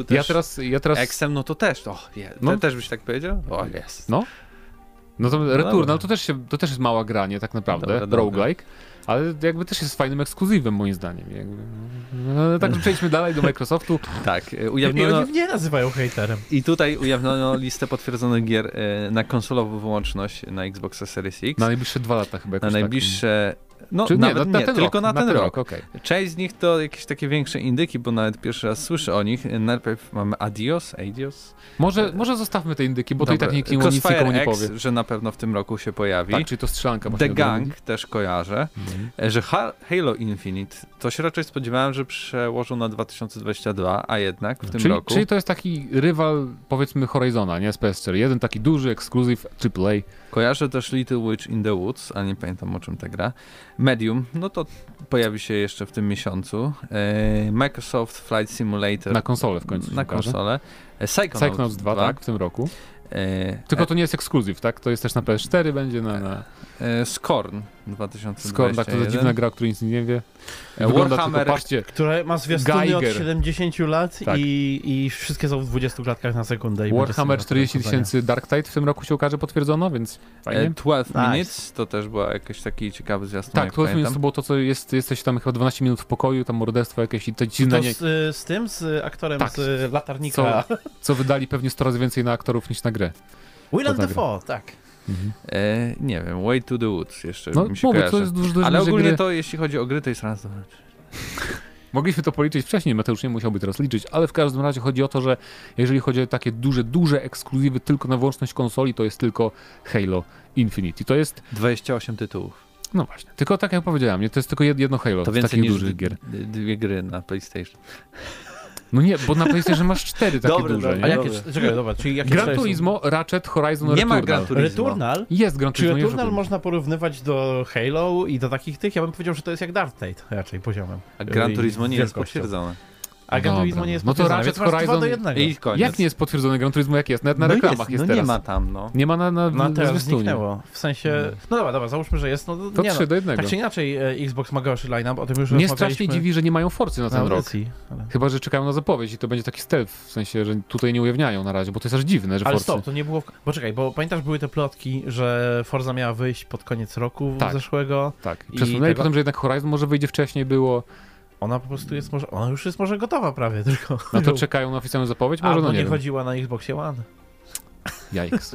Ja teraz... Exem, no to też... też byś tak powiedział? O, jest. No. No to Returnal dobra. to też jest mała gra, nie tak naprawdę, Dobra. roguelike, ale jakby też jest fajnym ekskluzywem moim zdaniem. Jakby. No, tak przejdźmy dalej do Microsoftu. Tak, I ujawniono... oni mnie nazywają hejterem. I tutaj ujawniono listę potwierdzonych gier na konsolową wyłączność na Xboxa Series X. Na najbliższe 2 lata chyba Na jakoś najbliższe... No, Czy nawet na nie, ten tylko rok, na ten rok. okej. Część z nich to jakieś takie większe indyki, bo nawet pierwszy raz słyszę o nich. Najpierw mamy Adios. Może zostawmy te indyki, bo to i Dobra. tak nikt nic Crossfire nikomu nie X, powie. że na pewno w tym roku się pojawi. Tak, czyli to strzelanka właśnie. The Gang też kojarzę. Że Halo Infinite, to się raczej spodziewałem, że przełożą na 2022, a jednak w tym roku. Czyli to jest taki rywal, powiedzmy, Horizona, nie? Z PS4. Jeden taki duży, ekskluzyw, AAA. Kojarzę też Little Witch in the Woods, ale nie pamiętam o czym ta gra. Medium, no to pojawi się jeszcze w tym miesiącu. Microsoft Flight Simulator. Na konsolę w końcu. Na konsolę. Psychonauts 2, tak, w tym roku. Tylko to nie jest ekskluzyw, tak? To jest też na PS4, będzie na... Scorn 2021. Scorn, tak, to jest dziwna gra, o której nic nie wie. Wygląda Warhammer, tylko, patrzcie, Które ma zwiastuny od Geiger. 70 lat Tak. i wszystkie są w 20 klatkach na sekundę. I Warhammer będzie 40 sobie tysięcy Dark Tide w tym roku się okaże, potwierdzono, więc fajnie. 12 Nice. Minutes, to też była jakiś taki ciekawy zwiastun, Tak, jak 12 Minutes to pamiętam. było to, co jesteś tam chyba 12 minut w pokoju, tam morderstwo jakieś i to To dziwne, z tym, z aktorem Tak. z Latarnika. co wydali pewnie 100 razy więcej na aktorów niż na grę. Willem to ta Dafoe, tak. Nie wiem, Way to the Woods jeszcze No mi się mówię, kojarzy. to jest dużo Ale ogólnie gry. to, jeśli chodzi o gry, to jest raz do Mogliśmy to policzyć wcześniej, Mateusz nie musiałby teraz liczyć, ale w każdym razie chodzi o to, że jeżeli chodzi o takie duże ekskluzywy tylko na wyłączność konsoli, to jest tylko Halo Infinite. I to jest, 28 tytułów. no właśnie, tylko tak jak powiedziałem, nie, to jest tylko jedno Halo To z więcej takich niż dużych gier. dwie gry na PlayStation. No nie, bo na PlayStation masz 4 takie Dobre, duże, dobre. A nie? jakie, czekaj, dobra, czyli jakie Gran cztery są? Turismo, Ratchet, Horizon, Nie ma Returnal. Gran Turismo. Returnal? Jest Gran Czy Turismo, nie Returnal oszukujmy. można porównywać do Halo i do takich tych? Ja bym powiedział, że to jest jak Dark Tide raczej poziomem. A Gran I Turismo nie jest wielkością. potwierdzone. A Gran Dobra, Turismo nie jest no to potwierdzone, Ratchet, więc masz 2 do Horizon 1. I koniec. Jak nie jest potwierdzony Gran Turismo, jak jest? Nawet na reklamach jest no teraz. nie ma tam, no. Nie ma na No teraz zwiastunie. zniknęło. W sensie, no dobra, załóżmy, że jest, no To nie 3 do 1. Tak czy inaczej, Xbox ma gorszy line-up, o tym już Mnie rozmawialiśmy strasznie dziwi, że nie mają Forcy na ten rok. audycji, ale... Chyba, że czekają na zapowiedź i to będzie taki stealth, w sensie, że tutaj nie ujawniają na razie, bo to jest aż dziwne, że Ale Forcy... stop, to nie było... Bo czekaj, bo pamiętasz, były te plotki, że Forza miała wyjść pod koniec roku Tak. zeszłego. Tak, I przesunęli tego- potem, że jednak Horizon może wyjdzie wcześniej było, Ona po prostu jest może... Ona już jest może gotowa prawie, tylko... no to czekają na oficjalną zapowiedź, może Albo no nie nie wiem. chodziła na Xboxie One. Jajks.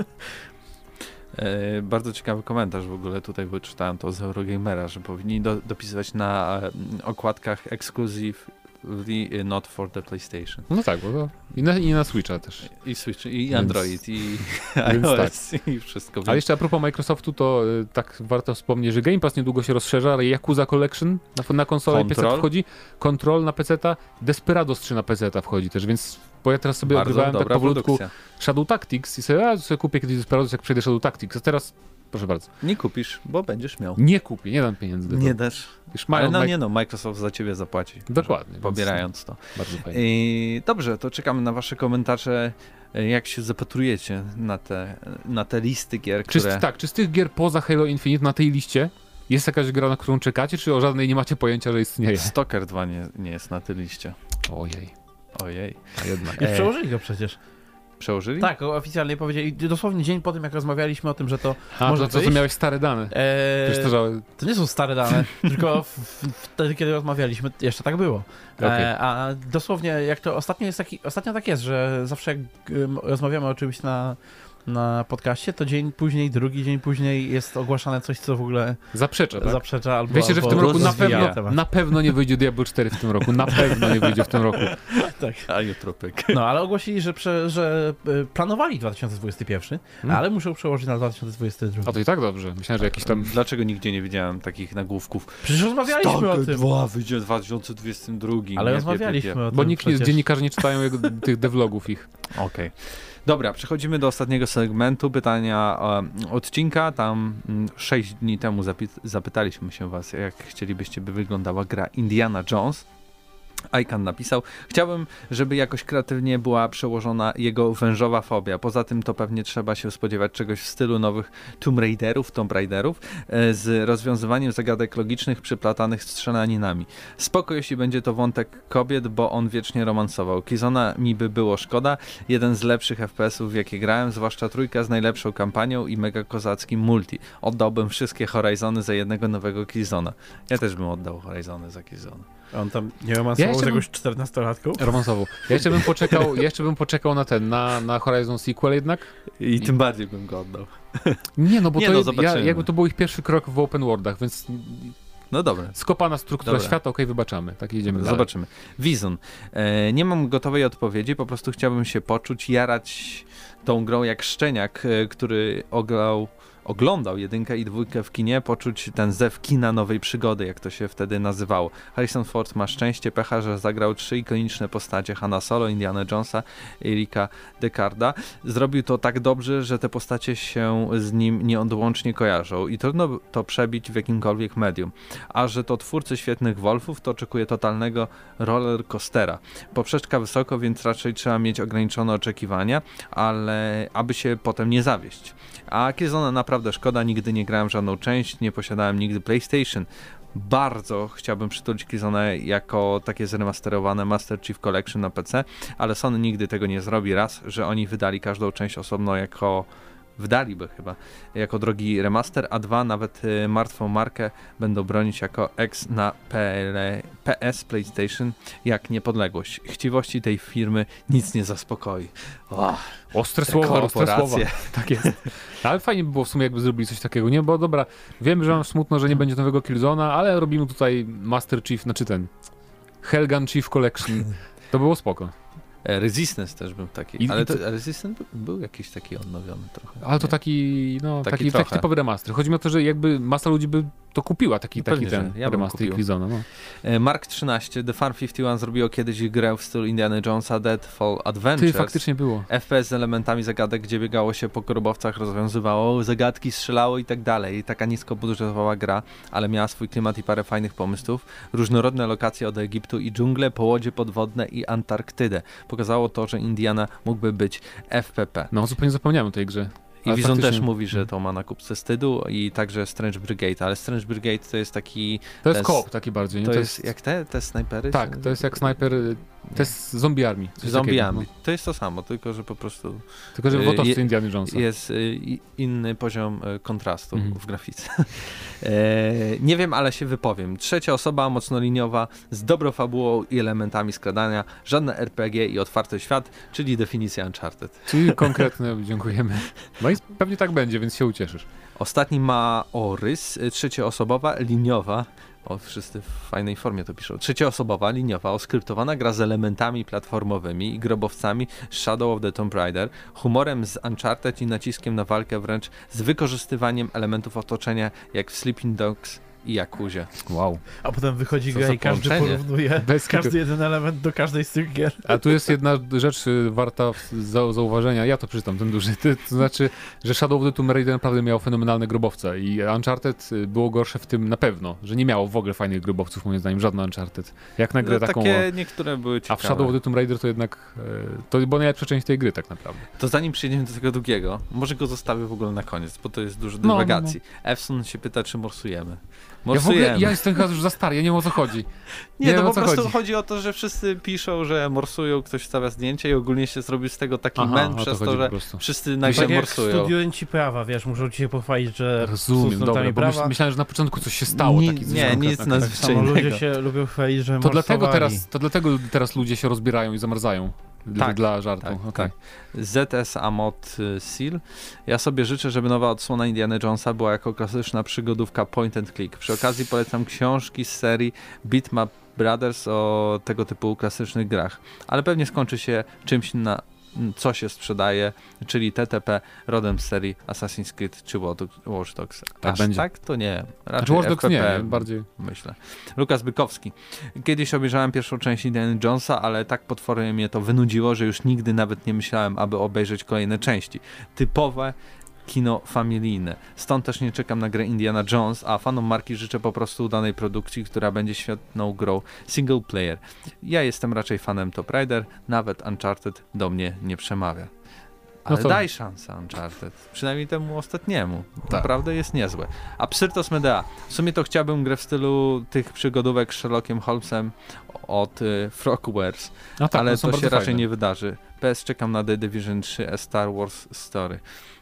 Bardzo ciekawy komentarz w ogóle tutaj wyczytałem to z Eurogamera, że powinni dopisywać na okładkach exclusive not for the PlayStation. No tak, bo to... I na Switcha też. I Switch, i Więc- Android, i więc iOS, i wszystko. Ale jeszcze a propos Microsoftu, to tak warto wspomnieć, że Game Pass niedługo się rozszerza, ale Yakuza Collection na konsolę i PC Control. wchodzi, Control na PC-ta, Desperados 3 na PC-ta wchodzi też, więc bo ja teraz sobie Bardzo odgrywałem tak dobra powolutku produkcja. Shadow Tactics i sobie kupię kiedyś Desperados, jak przejdę Shadow Tactics, a teraz, proszę bardzo, Nie kupisz, bo będziesz miał. nie kupię, nie dam pieniędzy. do Nie tego. dasz. Już mają Ale no Mic- nie no, Microsoft za ciebie zapłaci. Dokładnie. więc Pobierając to. Bardzo fajnie. Dobrze, to czekamy na wasze komentarze, jak się zapatrujecie na te listy gier, które... Czy z tych gier poza Halo Infinite na tej liście jest jakaś gra, na którą czekacie, czy o żadnej nie macie pojęcia, że istnieje? Stalker 2 nie jest na tej liście. Ojej, a jednak. Już przełożyli go przecież. Przełożyli? Tak, oficjalnie powiedzieli, dosłownie dzień po tym, jak rozmawialiśmy o tym, że to A, może to co wyjść. miałeś stare dane. Wiesz to, że... To nie są stare dane, tylko wtedy, kiedy rozmawialiśmy, jeszcze tak było. Okej. A dosłownie, jak to ostatnio tak jest, że zawsze jak rozmawiamy o czymś na podcaście, to dzień później, drugi dzień później jest ogłaszane coś, co w ogóle Zaprzecza, tak? zaprzecza albo Wiecie, że w albo tym roku rozwija temat. na pewno nie wyjdzie Diablo 4 w tym roku. Na pewno nie wyjdzie w tym roku. Tak. A jutropek. No, ale ogłosili, że planowali 2021, ale muszą przełożyć na 2022. A to i tak dobrze. Myślałem, że jakiś tam... Dlaczego nigdzie nie widziałem takich nagłówków? Przecież rozmawialiśmy o tym. 2 wyjdzie w 2022. Ale Nie, rozmawialiśmy o tym Bo nikt przecież. dziennikarze nie czytają tych devlogów ich. Okej. Dobra, przechodzimy do ostatniego segmentu pytania odcinka. Tam 6 dni temu zapytaliśmy się was, jak chcielibyście, by wyglądała gra Indiana Jones. Ican napisał, chciałbym, żeby jakoś kreatywnie była przełożona jego wężowa fobia. Poza tym to pewnie trzeba się spodziewać czegoś w stylu nowych Tomb Raiderów, z rozwiązywaniem zagadek logicznych przyplatanych strzelaninami. Spoko, jeśli będzie to wątek kobiet, bo on wiecznie romansował. Killzona mi by było szkoda, jeden z lepszych FPS-ów, w jakie grałem, zwłaszcza trójka z najlepszą kampanią i mega kozackim multi. Oddałbym wszystkie Horizony za jednego nowego Killzona. Ja też bym oddał Horizony za Killzona. On tam nie romansował z jakąś 14-latką? Romansował. Ja jeszcze bym poczekał na Horizon sequel jednak. I tym bardziej bym go oddał. Nie, no bo jakby to był ich pierwszy krok w open worldach, więc no dobra. skopana struktura świata, okej, wybaczamy. Tak, jedziemy dalej. Zobaczymy. Wizon. Nie mam gotowej odpowiedzi, po prostu chciałbym się poczuć, jarać tą grą jak szczeniak, który oglądał 1 i 2 w kinie, poczuć ten zew kina nowej przygody, jak to się wtedy nazywało. Harrison Ford ma szczęście, pecha, że zagrał 3 ikoniczne postacie: Hanna Solo, Indiana Jonesa i Erika Decarda. Zrobił to tak dobrze, że te postacie się z nim nieodłącznie kojarzą i trudno to przebić w jakimkolwiek medium. A że to twórcy Świetnych Wolfów, to oczekuje totalnego roller coastera. Poprzeczka wysoko, więc raczej trzeba mieć ograniczone oczekiwania, ale aby się potem nie zawieść. A Killzona naprawdę szkoda, nigdy nie grałem w żadną część, nie posiadałem nigdy PlayStation. Bardzo chciałbym przytulić Killzonę jako takie zremasterowane Master Chief Collection na PC, ale Sony nigdy tego nie zrobi. Raz, że oni wydali każdą część osobno wdaliby chyba jako drogi remaster, a 2, nawet martwą markę będą bronić jako X na PS PlayStation jak niepodległość. Chciwości tej firmy nic nie zaspokoi. Ostre słowa. Tak jest. Ale fajnie by było w sumie, jakby zrobili coś takiego, nie? Bo dobra, wiem, że mam smutno, że nie będzie nowego Killzona, ale robimy tutaj Master Chief, znaczy ten Helgan Chief Collection. To było spoko. Resistance też był taki, ale Resistance był jakiś taki odnowiony trochę. Ale to taki typowy remaster. Chodzi mi o to, że jakby masa ludzi by to kupiła, taki remaster Killzona. No. Mark 13, The Farm 51 zrobiło kiedyś grę w stylu Indiana Jonesa, Deadfall Adventures. Faktycznie było. FPS z elementami zagadek, gdzie biegało się po grobowcach, rozwiązywało zagadki, strzelało i tak dalej. Taka niskobudżetowa gra, ale miała swój klimat i parę fajnych pomysłów. Różnorodne lokacje od Egiptu i dżungle, połodzie podwodne i Antarktydę. Pokazało to, że Indiana mógłby być FPP. No, zupełnie zapomniałem o tej grze. I Wizon też mówi, że to ma na kupce wstydu i także Strange Brigade, ale Strange Brigade to jest taki... To jest koop taki bardziej. Nie? To jest jak te snajpery? Tak, to jest jak snajper, to jest Zombie Army. Zombie Army. No. To jest to samo, tylko że po prostu... Tylko że w otoczce Indiana Jonesa. Jest inny poziom kontrastu w grafice. Nie wiem, ale się wypowiem. Trzecia osoba, mocno liniowa, z dobrą fabułą i elementami skradania, żadne RPG i otwarty świat, czyli definicja Uncharted. Czyli konkretne, dziękujemy. No i pewnie tak będzie, więc się ucieszysz. Ostatni ma Orys, trzecioosobowa, liniowa. Wszyscy w fajnej formie to piszą. Trzecioosobowa, liniowa, oskryptowana gra z elementami platformowymi i grobowcami Shadow of the Tomb Raider, humorem z Uncharted i naciskiem na walkę, wręcz z wykorzystywaniem elementów otoczenia, jak w Sleeping Dogs i Yakuzie. Wow. A potem wychodzi gra i każdy porównuje każdy jeden element do każdej z tych gier. A tu jest jedna rzecz warta zauważenia. Ja to przeczytam, ten duży. To znaczy, że Shadow of the Tomb Raider naprawdę miał fenomenalne grobowce i Uncharted było gorsze w tym na pewno, że nie miało w ogóle fajnych grobowców, moim zdaniem, żadne Uncharted. Jak na grę taką... Takie niektóre były ciekawe. A w Shadow of the Tomb Raider to jednak... To była najlepsza część tej gry tak naprawdę. To zanim przejdziemy do tego drugiego, może go zostawię w ogóle na koniec, bo to jest dużo dywagacji. Efson się pyta, czy morsujemy. Ja jestem chyba już za stary, ja nie wiem, o co chodzi. Nie, to po prostu chodzi o to, że wszyscy piszą, że morsują, ktoś stawia zdjęcie i ogólnie się zrobił z tego taki mem przez to, że wszyscy nagle morsują. Tak jak studenci prawa, wiesz, muszą ci się pochwalić, że rozumiem, dobra, bo myślałem, że na początku coś się stało. Nic nadzwyczajnego. Ludzie się lubią chwalić, że to dlatego teraz ludzie się rozbierają i zamarzają. Dla żartu. Tak, okay. ZS Amot Seal. Ja sobie życzę, żeby nowa odsłona Indiana Jonesa była jako klasyczna przygodówka point and click. Przy okazji polecam książki z serii Bitmap Brothers o tego typu klasycznych grach. Ale pewnie skończy się czymś co się sprzedaje, czyli TTP rodem z serii Assassin's Creed czy Watch Dogs. Tak będzie. Tak? To nie. Raczej Watch Dogs nie, bardziej. Myślę. Lukas Bykowski. Kiedyś obejrzałem pierwszą część Indiana Jonesa, ale tak potwornie mnie to wynudziło, że już nigdy nawet nie myślałem, aby obejrzeć kolejne części. Typowe kino familijne. Stąd też nie czekam na grę Indiana Jones, a fanom marki życzę po prostu udanej produkcji, która będzie świetną grą single player. Ja jestem raczej fanem Tomb Raider, nawet Uncharted do mnie nie przemawia. Ale No to... daj szansę Uncharted, przynajmniej temu ostatniemu. Tak. Naprawdę jest niezłe. A Psyrtos Medea, w sumie to chciałbym grę w stylu tych przygodówek z Sherlockiem Holmesem od Frogwares, No tak, ale są to bardzo się raczej fajne. nie wydarzy. PS czekam na The Division 3 A Star Wars Story.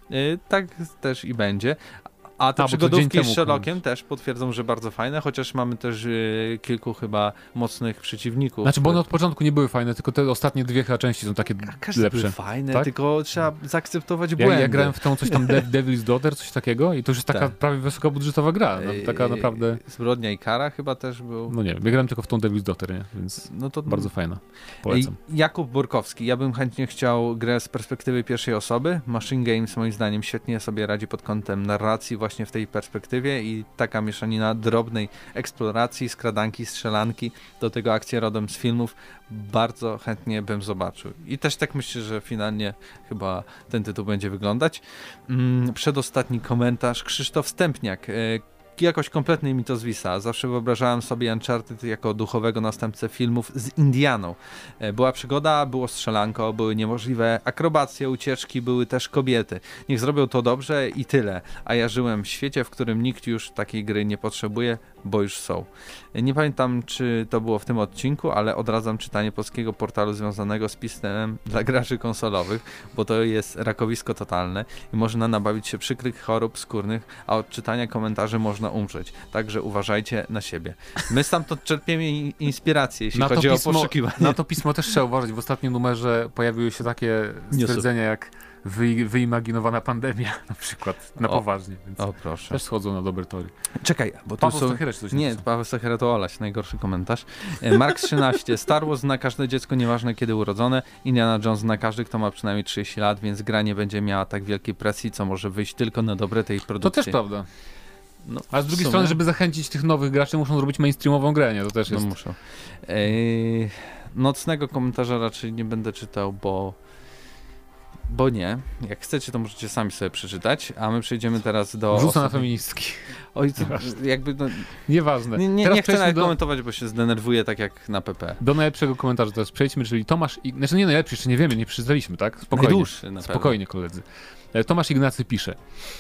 Tak też i będzie. A te bo to dzień przygodówki temu z Sherlockiem też potwierdzą, że bardzo fajne, chociaż mamy też kilku chyba mocnych przeciwników. Znaczy, bo one od początku nie były fajne, tylko te ostatnie dwie chyba części są takie Każde lepsze. były fajne, tak? tylko trzeba zaakceptować błędy. Ja grałem w tą coś tam Devil's Daughter, coś takiego i to już jest taka Tak. prawie wysokobudżetowa gra, no, taka naprawdę... Zbrodnia i kara chyba też był. No nie wiem, ja grałem tylko w tą Devil's Daughter, nie? Więc No to bardzo fajna. Polecam. Jakub Borkowski. Ja bym chętnie chciał grę z perspektywy pierwszej osoby. Machine Games moim zdaniem świetnie sobie radzi pod kątem narracji właśnie w tej perspektywie i taka mieszanina drobnej eksploracji, skradanki, strzelanki, do tego akcje rodem z filmów. Bardzo chętnie bym zobaczył. I też tak myślę, że finalnie chyba ten tytuł będzie wyglądać. Przedostatni komentarz. Krzysztof Stępniak. Jakoś kompletnie mi to zwisa. Zawsze wyobrażałem sobie Uncharted jako duchowego następcę filmów z Indianą. Była przygoda, było strzelanko, były niemożliwe akrobacje, ucieczki, były też kobiety. Niech zrobią to dobrze i tyle. A ja żyłem w świecie, w którym nikt już takiej gry nie potrzebuje, bo już są. Nie pamiętam, czy to było w tym odcinku, ale odradzam czytanie polskiego portalu związanego z pismem dla graczy konsolowych, bo to jest rakowisko totalne i można nabawić się przykrych chorób skórnych, a od czytania komentarzy można umrzeć. Także uważajcie na siebie. My stamtąd czerpiemy inspirację, jeśli chodzi o poszukiwanie. Na to pismo też trzeba uważać. W ostatnim numerze pojawiły się takie stwierdzenia jak wyimaginowana pandemia na przykład, na poważnie. Więc o proszę. też schodzą na dobre tory. Czekaj, bo tu Paweł są... Stachera coś Nie, napisał. Paweł Stachera to Olaś, najgorszy komentarz. Mark 13. Star Wars zna każde dziecko, nieważne kiedy urodzone. Indiana Jones zna każdy, kto ma przynajmniej 30 lat, więc gra nie będzie miała tak wielkiej presji, co może wyjść tylko na dobre tej produkcji. To też prawda. No, a z drugiej strony, żeby zachęcić tych nowych graczy, muszą zrobić mainstreamową grę, nie? To też jest... No muszą. Nocnego komentarza raczej nie będę czytał, bo nie. Jak chcecie, to możecie sami sobie przeczytać, a my przejdziemy teraz do... Rzuca na feministki. Oj, to jakby... No, Nieważne. Nie chcę nawet komentować, bo się zdenerwuję tak jak na PP. Do najlepszego komentarza teraz przejdźmy, czyli Tomasz... Znaczy nie najlepszy, jeszcze nie wiemy, nie przeczytaliśmy, tak? Spokojnie. Najdłuższy na pewno. Spokojnie, koledzy. Tomasz Ignacy pisze: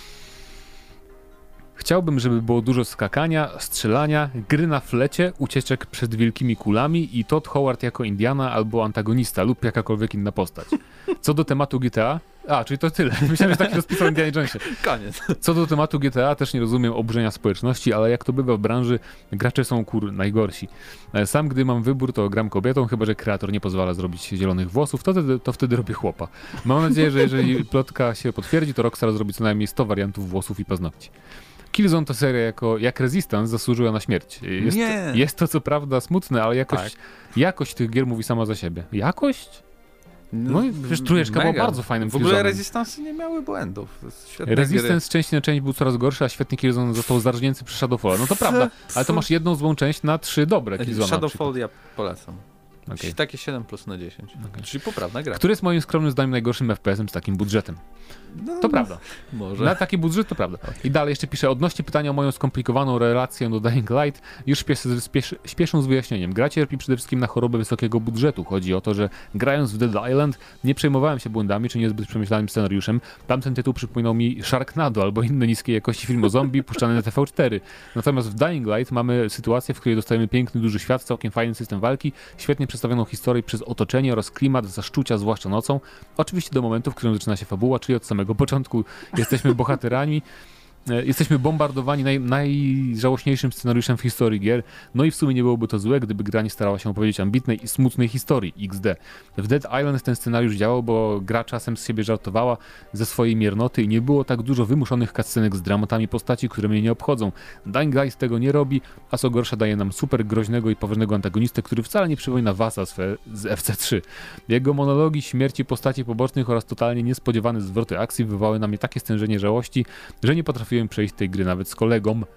chciałbym, żeby było dużo skakania, strzelania, gry na flecie, ucieczek przed wielkimi kulami i Todd Howard jako Indiana albo antagonista lub jakakolwiek inna postać. Co do tematu GTA... czyli to tyle. Myślałem, że taki rozpisał Indiana Jonesie. Koniec. Co do tematu GTA, też nie rozumiem oburzenia społeczności, ale jak to bywa w branży, gracze są najgorsi. Sam, gdy mam wybór, to gram kobietą, chyba że kreator nie pozwala zrobić zielonych włosów, to wtedy robię chłopa. Mam nadzieję, że jeżeli plotka się potwierdzi, to Rockstar zrobi co najmniej 100 wariantów włosów i paznokci. Killzone to seria jak Resistance zasłużyła na śmierć. Jest to co prawda smutne, ale jakość tych gier mówi sama za siebie. Jakość? No i przecież trójeczka była bardzo fajnym W ogóle Killzonem. Resistance nie miały błędów. Świetne Resistance gry. z części na część był coraz gorszy, a świetnie Killzone został zarżnięty przez Shadowfall. No to prawda, ale to masz jedną złą część na 3 dobre Killzone. Shadowfall ja polecam. Okay. Takie 7+/10. Okay. Czyli poprawna gra. Który jest moim skromnym zdaniem najgorszym FPS-em z takim budżetem. To prawda. Może. Na taki budżet to prawda. I dalej jeszcze piszę: odnośnie pytania o moją skomplikowaną relację do Dying Light, już śpieszą z wyjaśnieniem. Gra cierpi przede wszystkim na chorobę wysokiego budżetu. Chodzi o to, że grając w Dead Island nie przejmowałem się błędami czy niezbyt przemyślanym scenariuszem. Tamten tytuł przypominał mi Sharknado albo inny niskiej jakości film o zombie puszczany na TV4. Natomiast w Dying Light mamy sytuację, w której dostajemy piękny, duży świat, całkiem fajny system walki, świetnie przedstawioną historię przez otoczenie oraz klimat zaszczucia, zwłaszcza nocą. Oczywiście do momentu, w którym zaczyna się fabuła, czyli od samego początku jesteśmy bohaterami, jesteśmy bombardowani najżałośniejszym scenariuszem w historii gier, no i w sumie nie byłoby to złe, gdyby gra nie starała się opowiedzieć ambitnej i smutnej historii XD. W Dead Island ten scenariusz działał, bo gra czasem z siebie żartowała ze swojej miernoty i nie było tak dużo wymuszonych cutscenek z dramatami postaci, które mnie nie obchodzą. Dying Light tego nie robi, a co gorsza daje nam super groźnego i poważnego antagonistę, który wcale nie przypomina Vasa z FC3. Jego monologi, śmierci postaci pobocznych oraz totalnie niespodziewane zwroty akcji wywołały na mnie takie stężenie żałości, że nie potrafiłem przejść tej gry nawet z kolegą.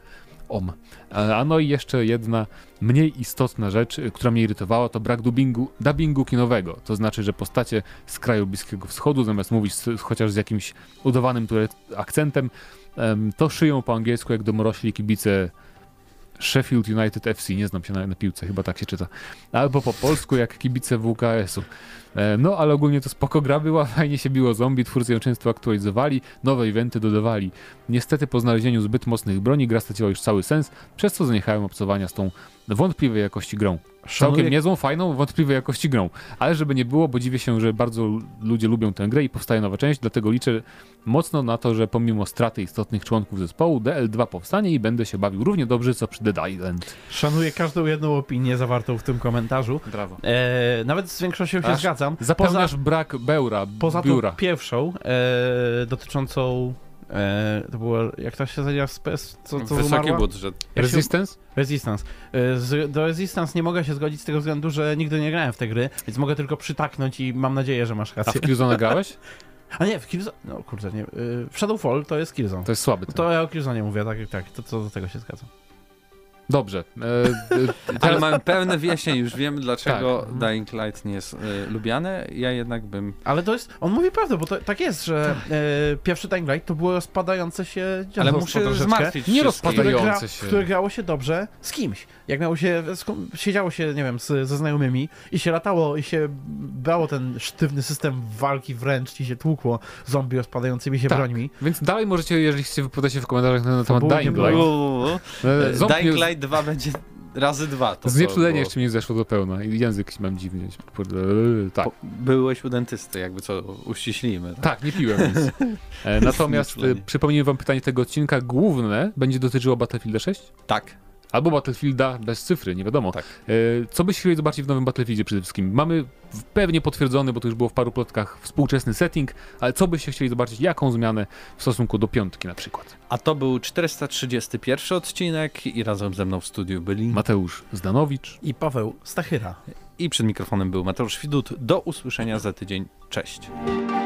No i jeszcze jedna mniej istotna rzecz, która mnie irytowała, to brak dubbingu kinowego. To znaczy, że postacie z kraju Bliskiego Wschodu, zamiast mówić chociaż z jakimś udawanym akcentem, to szyją po angielsku jak domorośli kibice Sheffield United FC, nie znam się na piłce, chyba tak się czyta. Albo po polsku jak kibice WKS-u. No, ale ogólnie to spoko gra była, fajnie się biło zombie, twórcy ją często aktualizowali, nowe eventy dodawali. Niestety po znalezieniu zbyt mocnych broni gra straciła już cały sens, przez co zaniechałem obcowania z tą wątpliwej jakości grą. Całkiem niezłą, fajną, wątpliwej jakości grą. Ale żeby nie było, bo dziwię się, że bardzo ludzie lubią tę grę i powstaje nowa część, dlatego liczę mocno na to, że pomimo straty istotnych członków zespołu, DL2 powstanie i będę się bawił równie dobrze, co przy Dead Island. Szanuję każdą jedną opinię zawartą w tym komentarzu. Brawo. Nawet z większością się zgadzam. Zapełniasz brak Poza biura. tą pierwszą, dotyczącą to było, jak to się nazywa z PS, co Wysoki umarła? budżet. Resistance? Resistance. Do Resistance nie mogę się zgodzić z tego względu, że nigdy nie grałem w te gry, więc mogę tylko przytaknąć i mam nadzieję, że masz A rację. w Killzone grałeś? A nie, w Killzone, no kurczę, nie. W Shadowfall to jest Killzone. To jest słaby. To ja o Killzone nie mówię, tak, to co do tego się zgadzam. Dobrze. Ale mamy pełne wyjaśnienie, już wiem dlaczego Dying Light nie jest lubiany, ja jednak bym... Ale to jest, on mówi prawdę, bo to tak jest, że pierwszy Dying Light to było rozpadające się dziadostwo Ale muszę zmartwić Nie wszystkich. rozpadające się. w które grało się dobrze z kimś. Jak miało się, siedziało się, nie wiem, ze znajomymi i się latało i się brało ten sztywny system walki wręcz i się tłukło zombie rozpadającymi się brońmi. Więc dalej możecie, jeżeli chcecie, wypowiadać się w komentarzach na temat było Dying nie Light. Dying Light 2 będzie razy 2. To Znieczulenie jeszcze mi zeszło do pełna i język mam dziwnie. Tak. Byłeś u dentysty, jakby co uściślimy. Tak, nie piłem nic. Natomiast przypomnijmy wam pytanie tego odcinka. Główne będzie dotyczyło Battlefielda 6? Tak. Albo Battlefielda bez cyfry, nie wiadomo. Tak. Co byście chcieli zobaczyć w nowym Battlefieldzie przede wszystkim? Mamy pewnie potwierdzony, bo to już było w paru plotkach, współczesny setting, ale co byście chcieli zobaczyć, jaką zmianę w stosunku do 5 na przykład? A to był 431 odcinek i razem ze mną w studiu byli Mateusz Zdanowicz I Paweł Stachyra. i przed mikrofonem był Mateusz Widut. Do usłyszenia za tydzień. Cześć.